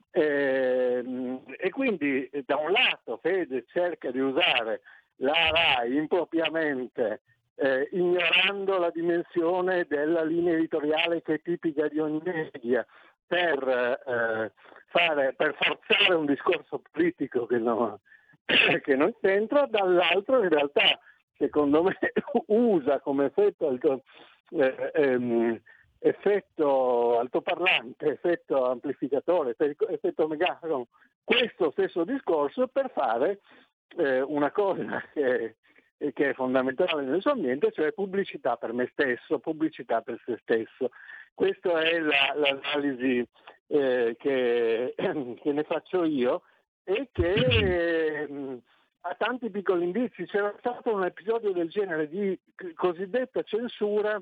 Speaker 4: E, e quindi da un lato Fedez cerca di usare la RAI impropriamente, eh, ignorando la dimensione della linea editoriale che è tipica di ogni media, per, eh, fare, per forzare un discorso politico che non, che non c'entra, dall'altro in realtà secondo me usa come effetto, eh, ehm, effetto altoparlante, effetto amplificatore, effetto megafono, questo stesso discorso per fare eh, una cosa che, che è fondamentale nel suo ambiente, cioè pubblicità per me stesso, pubblicità per se stesso. Questa è la, l'analisi eh, che, che ne faccio io e che eh, ha tanti piccoli indizi. C'era stato un episodio del genere di cosiddetta censura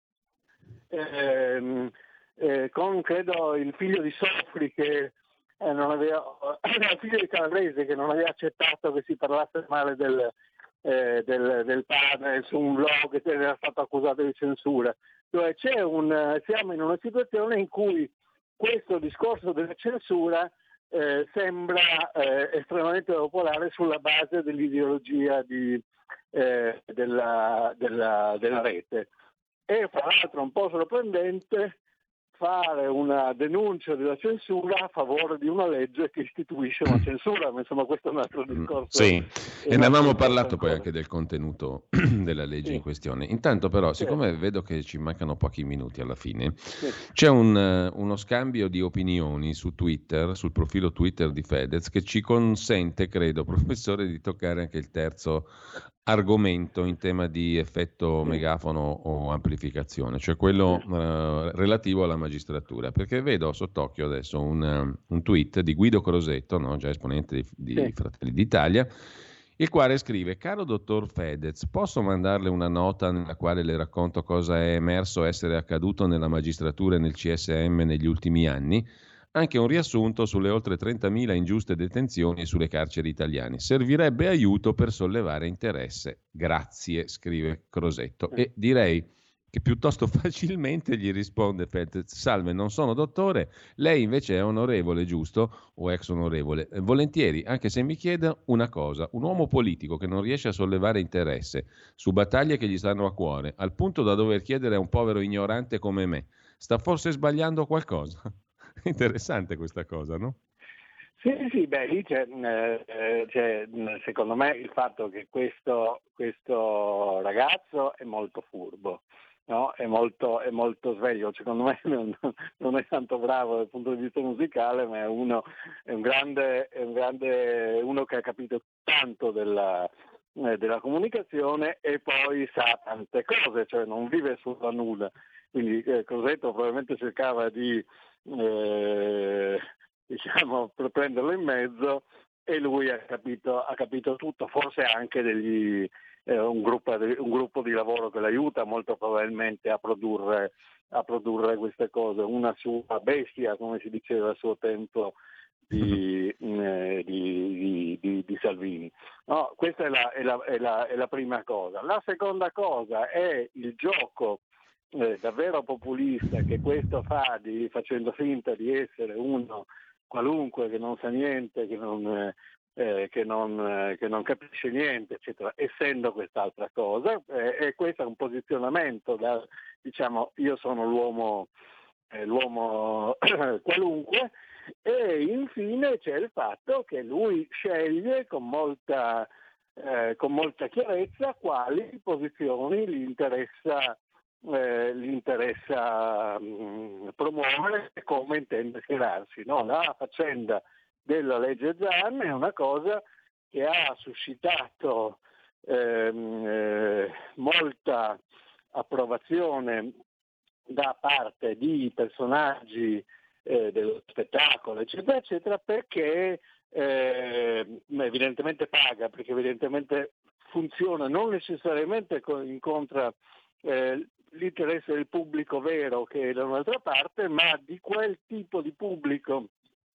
Speaker 4: eh, eh, con, credo, il figlio di Sofri che eh, non aveva, il figlio di Calabrese che non aveva accettato che si parlasse male del, eh, del, del padre su un blog, che era stato accusato di censura. Cioè c'è un, siamo in una situazione in cui questo discorso della censura eh, sembra eh, estremamente popolare sulla base dell'ideologia di, eh, della, della, della rete. E fra l'altro un po' sorprendente fare una denuncia della censura a favore di una legge che istituisce una censura, ma insomma questo è un altro discorso.
Speaker 3: Sì, e ne avevamo parlato poi anche del contenuto della legge sì. in questione. Intanto però, siccome sì. vedo che ci mancano pochi minuti alla fine, sì. c'è un, uno scambio di opinioni su Twitter, sul profilo Twitter di Fedez, che ci consente, credo, professore, di toccare anche il terzo argomento in tema di effetto megafono o amplificazione, cioè quello uh, relativo alla magistratura, perché vedo sott'occhio adesso un, un tweet di Guido Crosetto, no? già esponente di, di sì. Fratelli d'Italia, il quale scrive: caro dottor Fedez, posso mandarle una nota nella quale le racconto cosa è emerso essere accaduto nella magistratura e nel C S M negli ultimi anni? Anche un riassunto sulle oltre trentamila ingiuste detenzioni sulle carceri italiane. Servirebbe aiuto per sollevare interesse. Grazie, scrive Crosetto. E direi che piuttosto facilmente gli risponde Fedez: salve, non sono dottore, lei invece è onorevole, giusto? O ex onorevole? Volentieri, anche se mi chiede una cosa: un uomo politico che non riesce a sollevare interesse su battaglie che gli stanno a cuore, al punto da dover chiedere a un povero ignorante come me, sta forse sbagliando qualcosa? Interessante questa cosa, no?
Speaker 4: Sì, sì, beh, lì c'è, eh, c'è secondo me il fatto che questo, questo ragazzo è molto furbo, no? È molto, è molto sveglio, secondo me non, non è tanto bravo dal punto di vista musicale, ma è uno, è un grande, è un grande uno che ha capito tanto della, eh, della comunicazione e poi sa tante cose, cioè non vive sulla nulla. Quindi eh, Crosetto probabilmente cercava di Eh, diciamo per prenderlo in mezzo e lui ha capito, ha capito tutto, forse anche degli, eh, un, gruppo, un gruppo di lavoro che l'aiuta molto probabilmente a produrre, a produrre queste cose, una sua bestia, come si diceva a suo tempo, di, eh, di, di, di Salvini. No, questa è la, è, la, è, la, è la prima cosa. La seconda cosa è il gioco Eh, davvero populista che questo fa, di, facendo finta di essere uno qualunque che non sa niente, che non, eh, che non, eh, che non capisce niente, eccetera, essendo quest'altra cosa, eh, e questo è un posizionamento da, diciamo, io sono l'uomo, eh, l'uomo qualunque. E infine c'è il fatto che lui sceglie con molta, eh, con molta chiarezza quali posizioni gli interessa, eh, gli interessa mh, promuovere e come intende schierarsi. No? La faccenda della legge Zan è una cosa che ha suscitato ehm, eh, molta approvazione da parte di personaggi Eh, dello spettacolo, eccetera, eccetera, perché eh, evidentemente paga, perché evidentemente funziona, non necessariamente incontra eh, l'interesse del pubblico vero che è da un'altra parte, ma di quel tipo di pubblico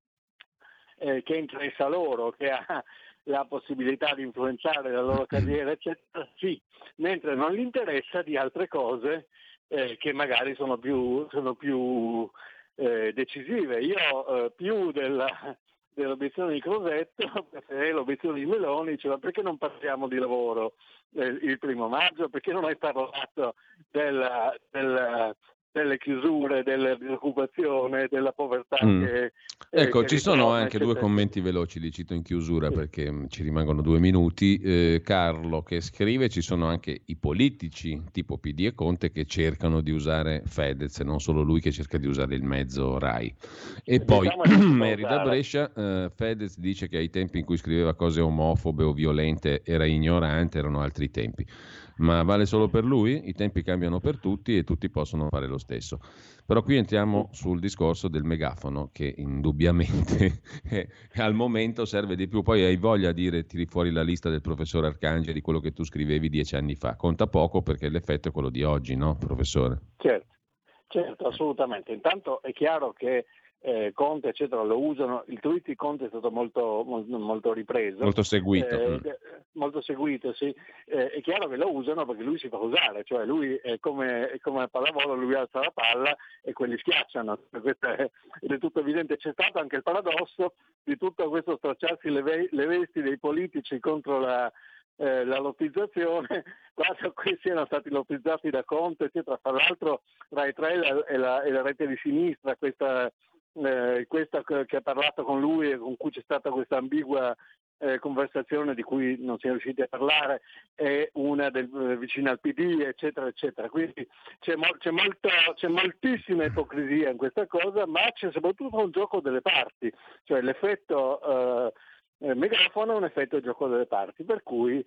Speaker 4: eh, che interessa loro, che ha la possibilità di influenzare la loro carriera, eccetera, sì, mentre non gli interessa di altre cose eh, che magari sono più, sono più Eh, decisive. Io eh, più della, dell'obiezione di Crosetto preferirei l'obiezione di Meloni, cioè perché non parliamo di lavoro eh, il primo maggio, perché non hai parlato della, della, delle chiusure, della disoccupazione, della povertà
Speaker 3: mm.
Speaker 4: che,
Speaker 3: eh, ecco,
Speaker 4: che
Speaker 3: ci sono
Speaker 4: ritorna,
Speaker 3: anche
Speaker 4: eccetera.
Speaker 3: due commenti veloci, li cito in chiusura
Speaker 4: sì.
Speaker 3: perché mh, ci rimangono due minuti. eh, Carlo che scrive: ci sono anche i politici tipo P D e Conte che cercano di usare Fedez, non solo lui che cerca di usare il mezzo Rai. E poi Mary da Brescia, eh, Fedez dice che ai tempi in cui scriveva cose omofobe o violente era ignorante, erano altri tempi. Ma vale solo per lui? I tempi cambiano per tutti e tutti possono fare lo stesso. Però qui entriamo sul discorso del megafono, che indubbiamente eh, al momento serve di più. Poi hai voglia di dire, tiri fuori la lista del professor Arcangeli, quello che tu scrivevi dieci anni fa. Conta poco perché l'effetto è quello di oggi, no, professore?
Speaker 4: Certo, certo, assolutamente. Intanto è chiaro che eh, Conte, eccetera, lo usano. Il tweet di Conte è stato molto, molto, molto ripreso,
Speaker 3: molto seguito,
Speaker 4: eh,
Speaker 3: mm.
Speaker 4: molto seguito, sì. Eh, è chiaro che lo usano perché lui si fa usare, cioè lui è come, è come a pallavolo, lui alza la palla e quelli schiacciano. Questo è, ed è tutto evidente. C'è stato anche il paradosso di tutto questo stracciarsi le, ve- le vesti dei politici contro la Eh, la lottizzazione, quando questi erano stati lottizzati da Conte, eccetera. Tra l'altro Rai tre e la, e la rete di sinistra, questa, eh, questa che ha parlato con lui e con cui c'è stata questa ambigua eh, conversazione di cui non si è riusciti a parlare, è una del, eh, vicina al P D, eccetera, eccetera. Quindi c'è, mo- c'è, molto, c'è moltissima ipocrisia in questa cosa, ma c'è soprattutto un gioco delle parti, cioè l'effetto eh, Il megafono è un effetto gioco delle parti, per cui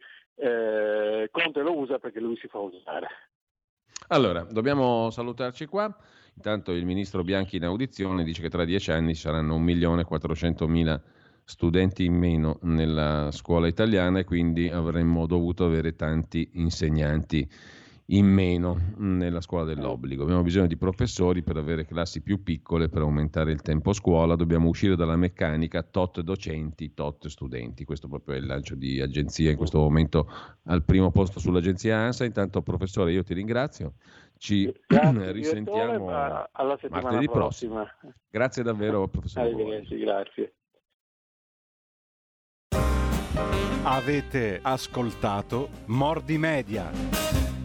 Speaker 4: eh, Conte lo usa perché lui si fa usare.
Speaker 3: Allora, dobbiamo salutarci qua. Intanto il ministro Bianchi in audizione dice che tra dieci anni saranno un milione e quattrocentomila studenti in meno nella scuola italiana e quindi avremmo dovuto avere tanti insegnanti in meno nella scuola dell'obbligo. Abbiamo bisogno di professori per avere classi più piccole, per aumentare il tempo scuola. Dobbiamo uscire dalla meccanica, tot docenti, tot studenti. Questo proprio è il lancio di agenzia in questo momento al primo posto sull'agenzia ANSA. Intanto, professore, io ti ringrazio. Ci
Speaker 4: grazie,
Speaker 3: risentiamo
Speaker 4: alla settimana
Speaker 3: martedì
Speaker 4: prossima.
Speaker 3: prossimo. Grazie davvero, professore.
Speaker 4: Arrivederci, grazie.
Speaker 1: Avete ascoltato Mordi Media.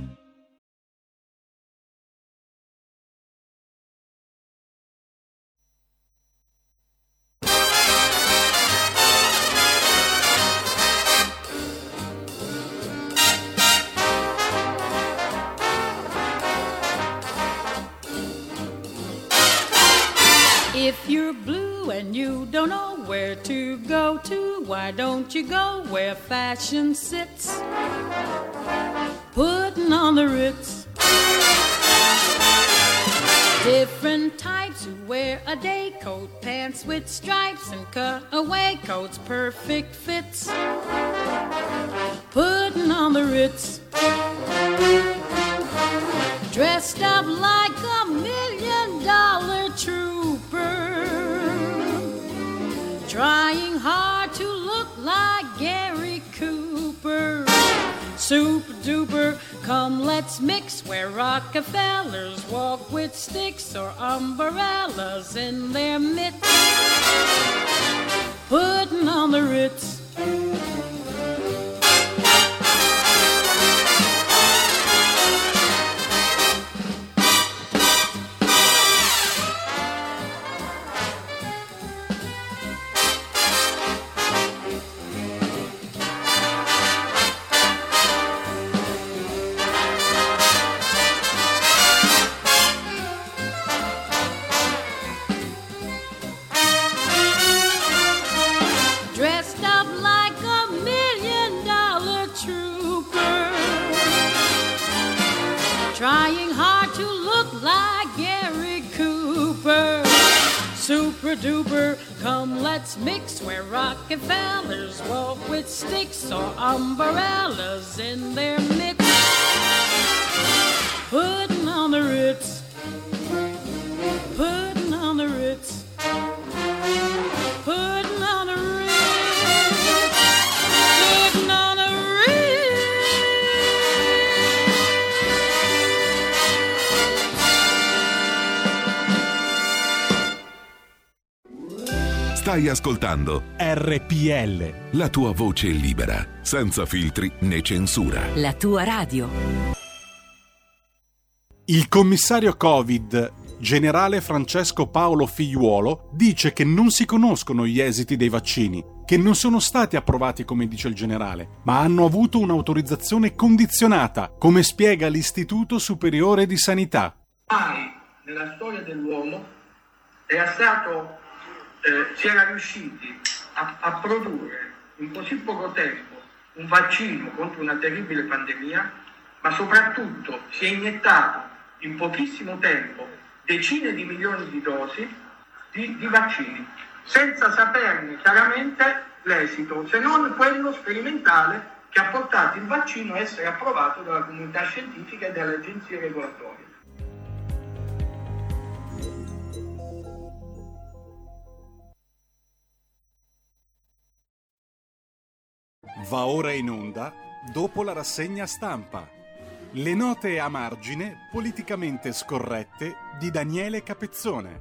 Speaker 7: If you're blue and you don't know where to go to, why don't you go where fashion sits? Putting on the Ritz. Different types who wear a day coat, pants with stripes and cutaway coats, perfect fits. Putting on the Ritz. Dressed up like a million dollar trooper, trying hard to look like Gary Cooper. Super duper, come let's mix where Rockefellers walk with sticks or umbrellas in their mitts. Ritz. Trying hard to look like Gary Cooper. Super duper, come let's mix where Rockefellers walk with sticks or umbrellas in their mix. Putting on the Ritz, putting on the Ritz, putting on the Ritz, putting on the
Speaker 6: Stai ascoltando
Speaker 1: R P L,
Speaker 6: la tua voce libera, senza filtri né censura.
Speaker 8: La tua radio.
Speaker 1: Il commissario Covid, generale Francesco Paolo Figliuolo, dice che non si conoscono gli esiti dei vaccini, che non sono stati approvati come dice il generale, ma hanno avuto un'autorizzazione condizionata, come spiega l'Istituto Superiore di Sanità.
Speaker 9: Mai nella storia dell'uomo era stato Eh, si era riusciti a, a produrre in così poco tempo un vaccino contro una terribile pandemia, ma soprattutto si è iniettato in pochissimo tempo decine di milioni di dosi di, di vaccini, senza saperne chiaramente l'esito, se non quello sperimentale che ha portato il vaccino a essere approvato dalla comunità scientifica e dalle agenzie regolatorie.
Speaker 1: Va ora in onda, dopo la rassegna stampa, le note a margine politicamente scorrette di Daniele Capezzone.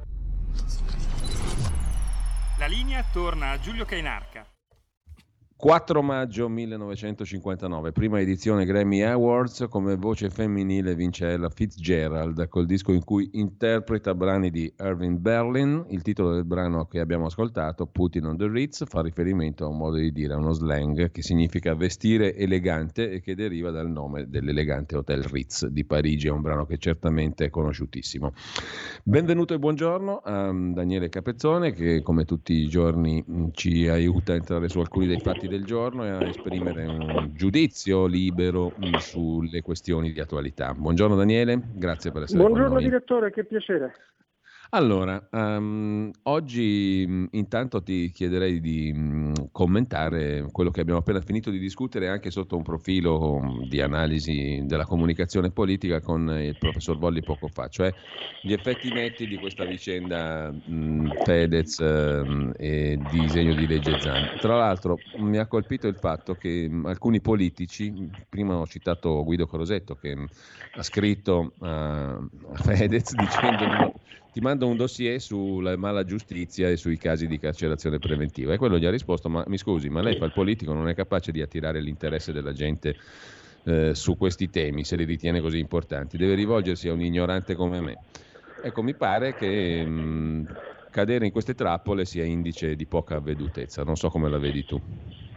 Speaker 2: La linea torna a Giulio Cainarca.
Speaker 3: quattro maggio millenovecentocinquantanove, prima edizione Grammy Awards, come voce femminile vince Ella Fitzgerald col disco in cui interpreta brani di Irving Berlin. Il titolo del brano che abbiamo ascoltato, Putting on the Ritz, fa riferimento a un modo di dire, a uno slang che significa vestire elegante e che deriva dal nome dell'elegante Hotel Ritz di Parigi. È un brano che certamente è conosciutissimo. Benvenuto e buongiorno a Daniele Capezzone, che come tutti i giorni ci aiuta a entrare su alcuni dei fatti del giorno e a esprimere un giudizio libero sulle questioni di attualità. Buongiorno Daniele, grazie per essere
Speaker 4: Buongiorno
Speaker 3: con noi.
Speaker 4: direttore, che piacere.
Speaker 3: Allora, um, oggi mh, intanto ti chiederei di mh, commentare quello che abbiamo appena finito di discutere anche sotto un profilo mh, di analisi della comunicazione politica con il professor Volli poco fa, cioè gli effetti netti di questa vicenda mh, Fedez mh, e disegno di legge Zan. Tra l'altro mi ha colpito il fatto che mh, alcuni politici, prima ho citato Guido Crosetto che mh, ha scritto a, a Fedez dicendo ti mando un dossier sulla mala giustizia e sui casi di carcerazione preventiva, e quello gli ha risposto: ma mi scusi, ma lei fa il politico, non è capace di attirare l'interesse della gente eh, su questi temi, se li ritiene così importanti, deve rivolgersi a un ignorante come me. Ecco, mi pare che mh, cadere in queste trappole sia indice di poca avvedutezza, non so come la vedi tu.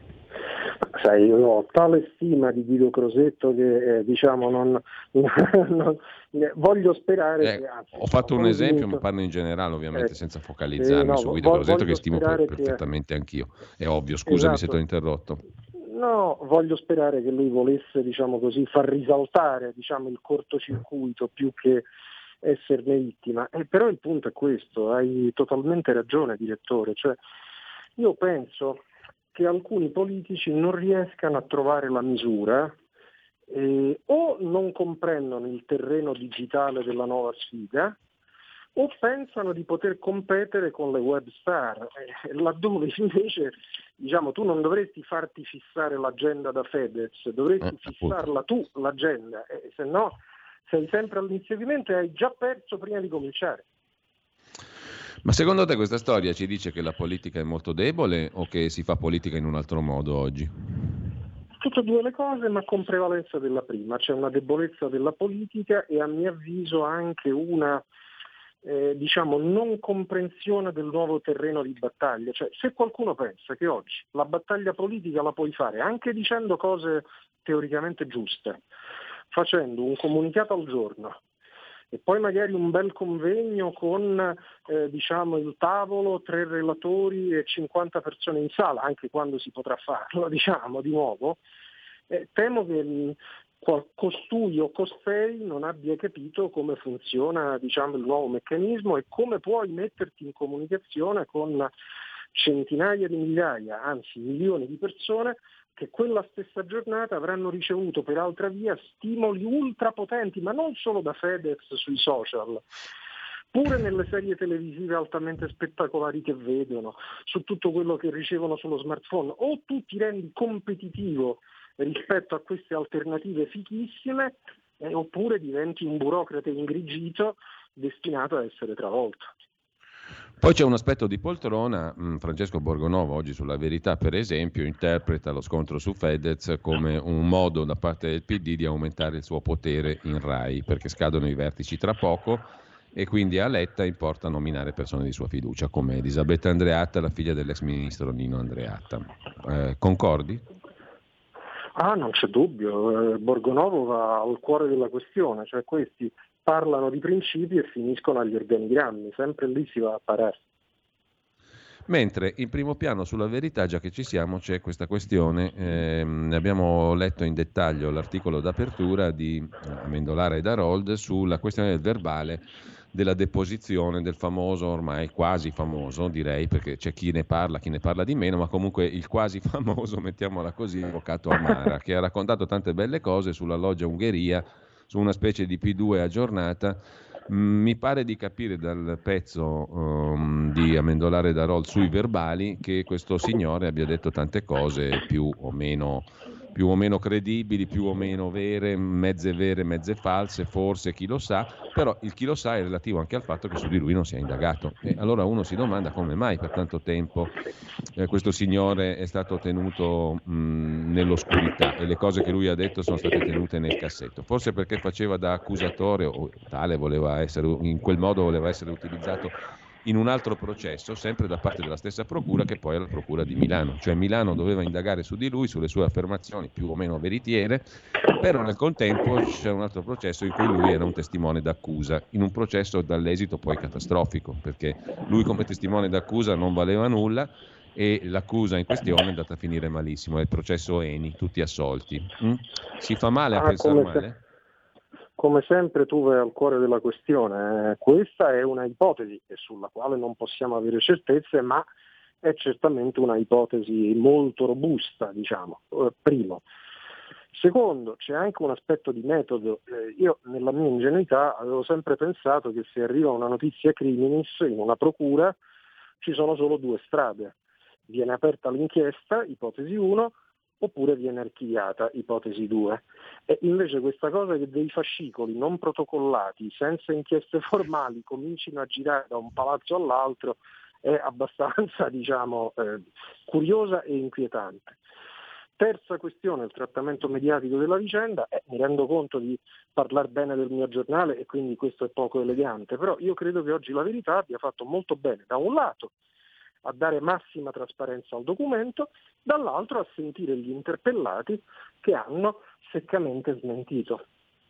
Speaker 4: Sai, io ho tale stima di Guido Crosetto che eh, diciamo non, non voglio sperare
Speaker 3: eh,
Speaker 4: che anzi,
Speaker 3: ho fatto un
Speaker 4: convinto,
Speaker 3: esempio, ma parlo in generale ovviamente, eh, senza focalizzarmi
Speaker 4: eh, no,
Speaker 3: su Guido
Speaker 4: vo-
Speaker 3: Crosetto che stimo per,
Speaker 4: che...
Speaker 3: perfettamente anch'io. È ovvio, scusami
Speaker 4: esatto.
Speaker 3: se ti ho interrotto.
Speaker 4: No, voglio sperare che lui volesse, diciamo così, far risaltare, diciamo, il cortocircuito più che esserne vittima. Eh, però il punto è questo, hai totalmente ragione, direttore, cioè io penso che alcuni politici non riescano a trovare la misura eh, o non comprendono il terreno digitale della nuova sfida o pensano di poter competere con le web star, eh, laddove invece diciamo tu non dovresti farti fissare l'agenda da Fedez, dovresti eh, fissarla tu l'agenda, eh, se no sei sempre all'inseguimento e hai già perso prima di cominciare.
Speaker 3: Ma secondo te questa storia ci dice che la politica è molto debole o che si fa politica in un altro modo oggi?
Speaker 8: Tutte e due le cose, ma con prevalenza della prima. C'è una debolezza della politica e a mio avviso anche una eh, diciamo non comprensione del nuovo terreno di battaglia. Cioè, se qualcuno pensa che oggi la battaglia politica la puoi fare anche dicendo cose teoricamente giuste, facendo un comunicato al giorno e poi magari un bel convegno con eh, diciamo il tavolo, tre relatori e cinquanta persone in sala, anche quando si potrà farlo, diciamo di nuovo, eh, temo che mh, costui o costei non abbia capito come funziona, diciamo, il nuovo meccanismo e come puoi metterti in comunicazione con centinaia di migliaia, anzi milioni di persone che quella stessa giornata avranno ricevuto per altra via stimoli ultrapotenti, ma non solo da Fedez sui social, pure nelle serie televisive altamente spettacolari che vedono, su tutto quello che ricevono sullo smartphone. O tu ti rendi competitivo rispetto a queste alternative fichissime, eh, oppure diventi un burocrate ingrigito destinato a essere travolto.
Speaker 3: Poi c'è un aspetto di poltrona. Francesco Borgonovo oggi sulla Verità, per esempio, interpreta lo scontro su Fedez come un modo da parte del P D di aumentare il suo potere in Rai, perché scadono i vertici tra poco e quindi a Letta importa nominare persone di sua fiducia, come Elisabetta Andreatta, la figlia dell'ex ministro Nino Andreatta. Eh, concordi?
Speaker 8: Ah, non c'è dubbio. Eh, Borgonovo va al cuore della questione, cioè questi parlano di principi e finiscono agli organigrammi, sempre lì si va a parare.
Speaker 3: Mentre in primo piano sulla Verità, già che ci siamo, c'è questa questione, ehm, abbiamo letto in dettaglio l'articolo d'apertura di Amendolara e Darold sulla questione del verbale della deposizione del famoso, ormai quasi famoso direi, perché c'è chi ne parla, chi ne parla di meno, ma comunque il quasi famoso, mettiamola così, avvocato Amara, che ha raccontato tante belle cose sulla loggia Ungheria, su una specie di P due aggiornata. Mi pare di capire dal pezzo um, di Amendolara e Darold sui verbali che questo signore abbia detto tante cose più o meno, più o meno credibili, più o meno vere, mezze vere, mezze false, forse chi lo sa, però il chi lo sa è relativo anche al fatto che su di lui non si è indagato. E allora uno si domanda come mai per tanto tempo eh, questo signore è stato tenuto mh, nell'oscurità e le cose che lui ha detto sono state tenute nel cassetto. Forse perché faceva da accusatore o tale voleva essere, in quel modo voleva essere utilizzato in un altro processo, sempre da parte della stessa procura, che poi è la procura di Milano. Cioè Milano doveva indagare su di lui, sulle sue affermazioni più o meno veritiere, però nel contempo c'è un altro processo in cui lui era un testimone d'accusa, in un processo dall'esito poi catastrofico, perché lui come testimone d'accusa non valeva nulla e l'accusa in questione è andata a finire malissimo, è il processo Eni, tutti assolti. Mm? Si fa male a
Speaker 8: ah,
Speaker 3: pensare male?
Speaker 8: Se... Come sempre tu vai al cuore della questione. Questa è una ipotesi sulla quale non possiamo avere certezze, ma è certamente una ipotesi molto robusta, diciamo, primo. Secondo, c'è anche un aspetto di metodo. Io nella mia ingenuità avevo sempre pensato che se arriva una notizia criminis in una procura ci sono solo due strade. Viene aperta l'inchiesta, ipotesi uno, oppure viene archiviata, ipotesi due. E invece questa cosa che dei fascicoli non protocollati, senza inchieste formali, comincino a girare da un palazzo all'altro è abbastanza, diciamo, eh, curiosa e inquietante. Terza questione, il trattamento mediatico della vicenda. Eh, mi rendo conto di parlare bene del mio giornale e quindi questo è poco elegante, però io credo che oggi La Verità abbia fatto molto bene, da un lato, a dare massima trasparenza al documento, dall'altro a sentire gli interpellati che hanno seccamente smentito.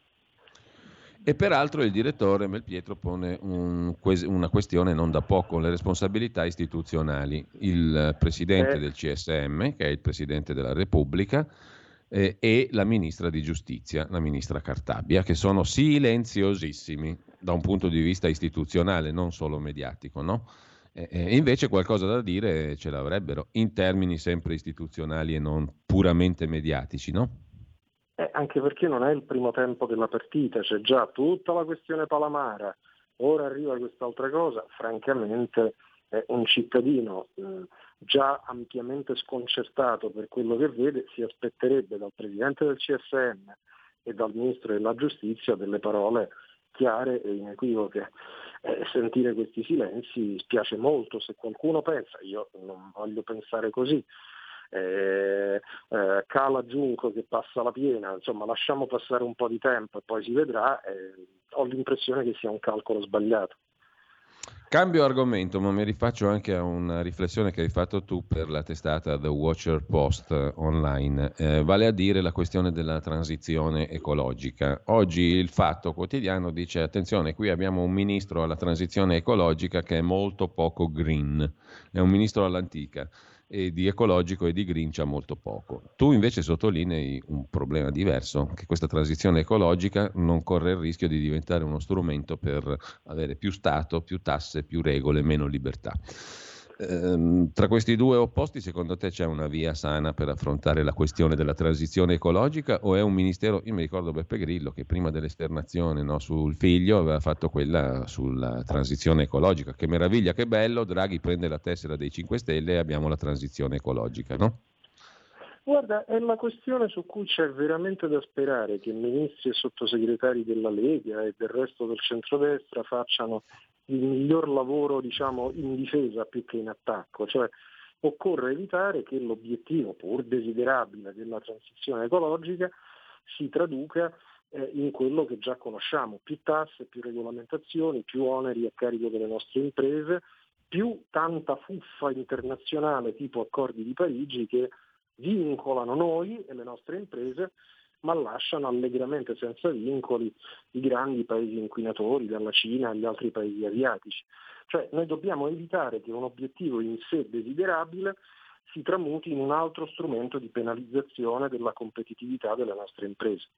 Speaker 3: E peraltro il direttore Belpietro pone un, una questione non da poco, le responsabilità istituzionali. Il presidente eh. del C S M, che è il presidente della Repubblica, eh, e la ministra di Giustizia, la ministra Cartabia, che sono silenziosissimi da un punto di vista istituzionale, non solo mediatico, no? E invece qualcosa da dire ce l'avrebbero, in termini sempre istituzionali e non puramente mediatici, no?
Speaker 8: Eh, anche perché non è il primo tempo della partita, c'è già tutta la questione Palamara, ora arriva quest'altra cosa. Francamente eh, un cittadino eh, già ampiamente sconcertato per quello che vede si aspetterebbe dal Presidente del C S M e dal Ministro della Giustizia delle parole chiare e inequivoche. eh, sentire questi silenzi spiace molto. Se qualcuno pensa, io non voglio pensare così, eh, eh, cala giunco che passa la piena, insomma lasciamo passare un po' di tempo e poi si vedrà, eh, ho l'impressione che sia un calcolo sbagliato.
Speaker 3: Cambio argomento, ma mi rifaccio anche a una riflessione che hai fatto tu per la testata The Watcher Post online, eh, vale a dire la questione della transizione ecologica. Oggi il Fatto Quotidiano dice: attenzione, qui abbiamo un ministro alla transizione ecologica che è molto poco green, è un ministro all'antica, e di ecologico e di green c'ha molto poco. Tu invece sottolinei un problema diverso, che questa transizione ecologica non corre il rischio di diventare uno strumento per avere più Stato, più tasse, più regole, meno libertà. Ehm, tra questi due opposti, secondo te c'è una via sana per affrontare la questione della transizione ecologica, o è un ministero? Io mi ricordo Beppe Grillo che prima dell'esternazione, no, sul figlio aveva fatto quella sulla transizione ecologica. Che meraviglia, che bello, Draghi prende la tessera dei cinque Stelle e abbiamo la transizione ecologica, no?
Speaker 8: Guarda, è la questione su cui c'è veramente da sperare che ministri e sottosegretari della Lega e del resto del centrodestra facciano il miglior lavoro, diciamo, in difesa più che in attacco. Cioè, occorre evitare che l'obiettivo, pur desiderabile, della transizione ecologica si traduca eh, in quello che già conosciamo: più tasse, più regolamentazioni, più oneri a carico delle nostre imprese, più tanta fuffa internazionale tipo accordi di Parigi che vincolano noi e le nostre imprese, ma lasciano allegramente senza vincoli i grandi paesi inquinatori, dalla Cina agli altri paesi asiatici. Cioè, noi dobbiamo evitare che un obiettivo in sé desiderabile si tramuti in un altro strumento di penalizzazione della competitività delle nostre imprese.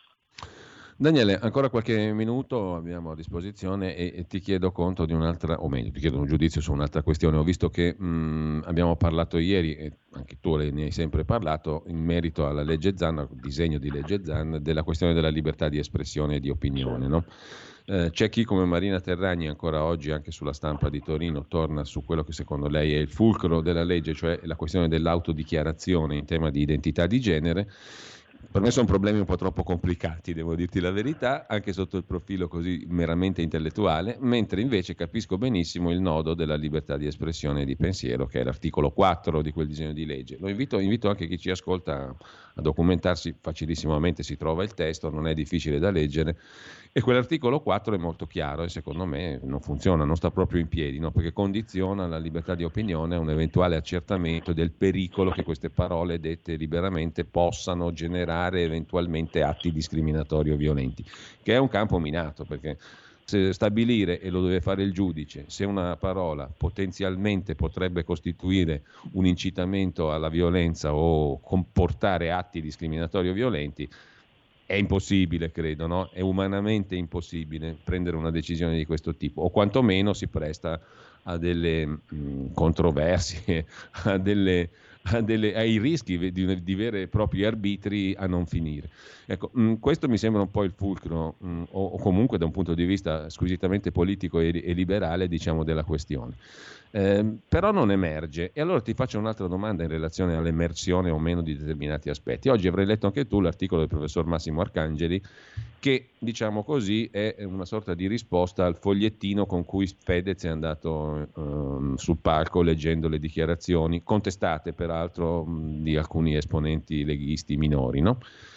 Speaker 3: Daniele, ancora qualche minuto abbiamo a disposizione e, e ti chiedo conto di un'altra, o meglio, ti chiedo un giudizio su un'altra questione. Ho visto che mh, abbiamo parlato ieri, e anche tu ne hai sempre parlato, in merito alla legge Zan, al disegno di legge Zan, della questione della libertà di espressione e di opinione, no? Eh, c'è chi come Marina Terragni ancora oggi anche sulla Stampa di Torino torna su quello che secondo lei è il fulcro della legge, cioè la questione dell'autodichiarazione in tema di identità di genere. Per me sono problemi un po' troppo complicati, devo dirti la verità, anche sotto il profilo così meramente intellettuale, mentre invece capisco benissimo il nodo della libertà di espressione e di pensiero, che è l'articolo quattro di quel disegno di legge. Lo invito, invito anche chi ci ascolta a documentarsi, facilissimamente si trova il testo, non è difficile da leggere, e quell'articolo quattro è molto chiaro e secondo me non funziona, non sta proprio in piedi, no? Perché condiziona la libertà di opinione a un eventuale accertamento del pericolo che queste parole dette liberamente possano generare eventualmente atti discriminatori o violenti, che è un campo minato, perché se stabilire, e lo deve fare il giudice, se una parola potenzialmente potrebbe costituire un incitamento alla violenza o comportare atti discriminatori o violenti, è impossibile, credo, no? È umanamente impossibile prendere una decisione di questo tipo, o quantomeno si presta a delle mh, controversie, a delle, a delle, ai rischi di, di veri e propri arbitri a non finire. Ecco, mh, questo mi sembra un po' il fulcro, mh, o, o comunque da un punto di vista squisitamente politico e, e liberale, diciamo, della questione. Eh, però non emerge, e allora ti faccio un'altra domanda in relazione all'emersione o meno di determinati aspetti. Oggi avrai letto anche tu l'articolo del professor Massimo Arcangeli, che, diciamo così, è una sorta di risposta al fogliettino con cui Fedez è andato um, sul palco leggendo le dichiarazioni, contestate peraltro mh, di alcuni esponenti leghisti minori, no?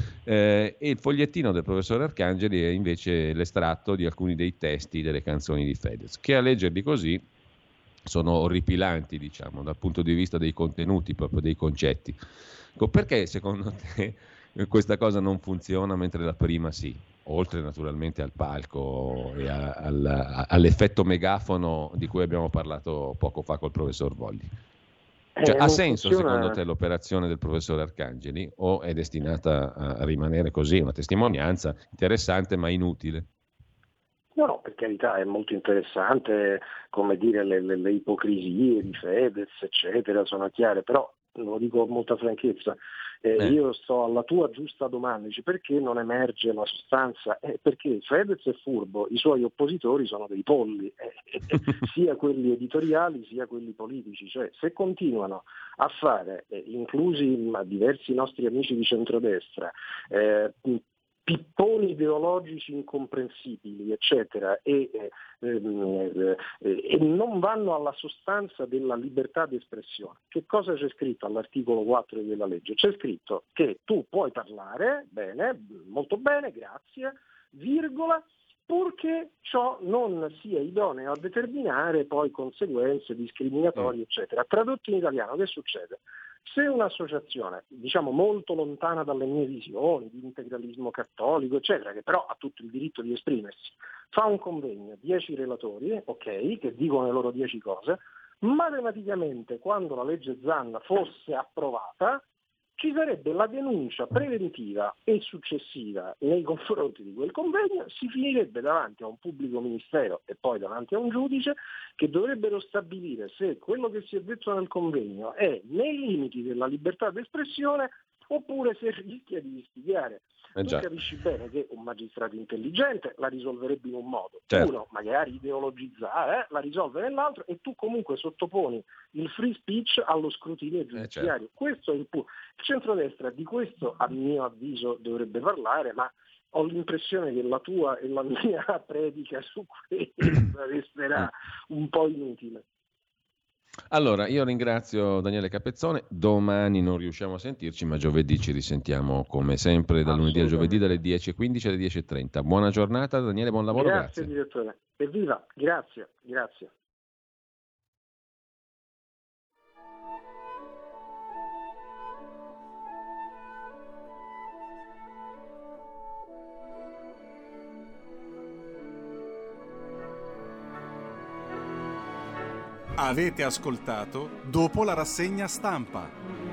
Speaker 3: Eh, e il fogliettino del professor Arcangeli è invece l'estratto di alcuni dei testi delle canzoni di Fedez, che a leggerli così sono orripilanti, diciamo, dal punto di vista dei contenuti, proprio dei concetti. Perché secondo te questa cosa non funziona mentre la prima sì? Oltre naturalmente al palco e a, al, a, all'effetto megafono di cui abbiamo parlato poco fa col professor Volli. Cioè, eh, ha senso funziona... secondo te l'operazione del professor Arcangeli, o è destinata a rimanere così, una testimonianza interessante ma inutile?
Speaker 8: No, no, per carità, è molto interessante, come dire, le, le, le ipocrisie di Fedez, eccetera, sono chiare, però lo dico con molta franchezza, eh, eh. io sto alla tua giusta domanda, dici perché non emerge la sostanza? Eh, perché Fedez è furbo, i suoi oppositori sono dei polli, eh, eh, sia quelli editoriali sia quelli politici, cioè se continuano a fare, eh, inclusi ma diversi nostri amici di centrodestra, eh, pipponi ideologici incomprensibili, eccetera, e, eh, eh, e non vanno alla sostanza della libertà di espressione. Che cosa c'è scritto all'articolo quattro della legge? C'è scritto che tu puoi parlare, bene, molto bene, grazie, virgola, purché ciò non sia idoneo a determinare poi conseguenze discriminatorie, eccetera. Tradotto in italiano, che succede? Se un'associazione, diciamo molto lontana dalle mie visioni di integralismo cattolico, eccetera, che però ha tutto il diritto di esprimersi, fa un convegno, dieci relatori, ok, che dicono le loro dieci cose, matematicamente quando la legge Zan fosse approvata, ci sarebbe la denuncia preventiva e successiva nei confronti di quel convegno, si finirebbe davanti a un pubblico ministero e poi davanti a un giudice che dovrebbero stabilire se quello che si è detto nel convegno è nei limiti della libertà d'espressione oppure se rischia di istigare.
Speaker 3: Eh
Speaker 8: tu
Speaker 3: già.
Speaker 8: capisci bene che un magistrato intelligente la risolverebbe in un modo,
Speaker 3: Certo.
Speaker 8: uno magari ideologizzare, eh, la risolve nell'altro, e tu comunque sottoponi il free speech allo scrutinio giudiziario.
Speaker 3: Eh certo.
Speaker 8: Questo è il punto. Il centrodestra di questo, a mio avviso, dovrebbe parlare, ma ho l'impressione che la tua e la mia predica su questo resterà un po' inutile.
Speaker 3: Allora, io ringrazio Daniele Capezzone, domani non riusciamo a sentirci, ma giovedì ci risentiamo come sempre da lunedì a giovedì dalle dieci e quindici alle dieci e trenta. Buona giornata Daniele, buon lavoro,
Speaker 8: Grazie,
Speaker 3: grazie.
Speaker 8: direttore. Evviva, grazie, grazie.
Speaker 1: Avete ascoltato Dopo la rassegna stampa.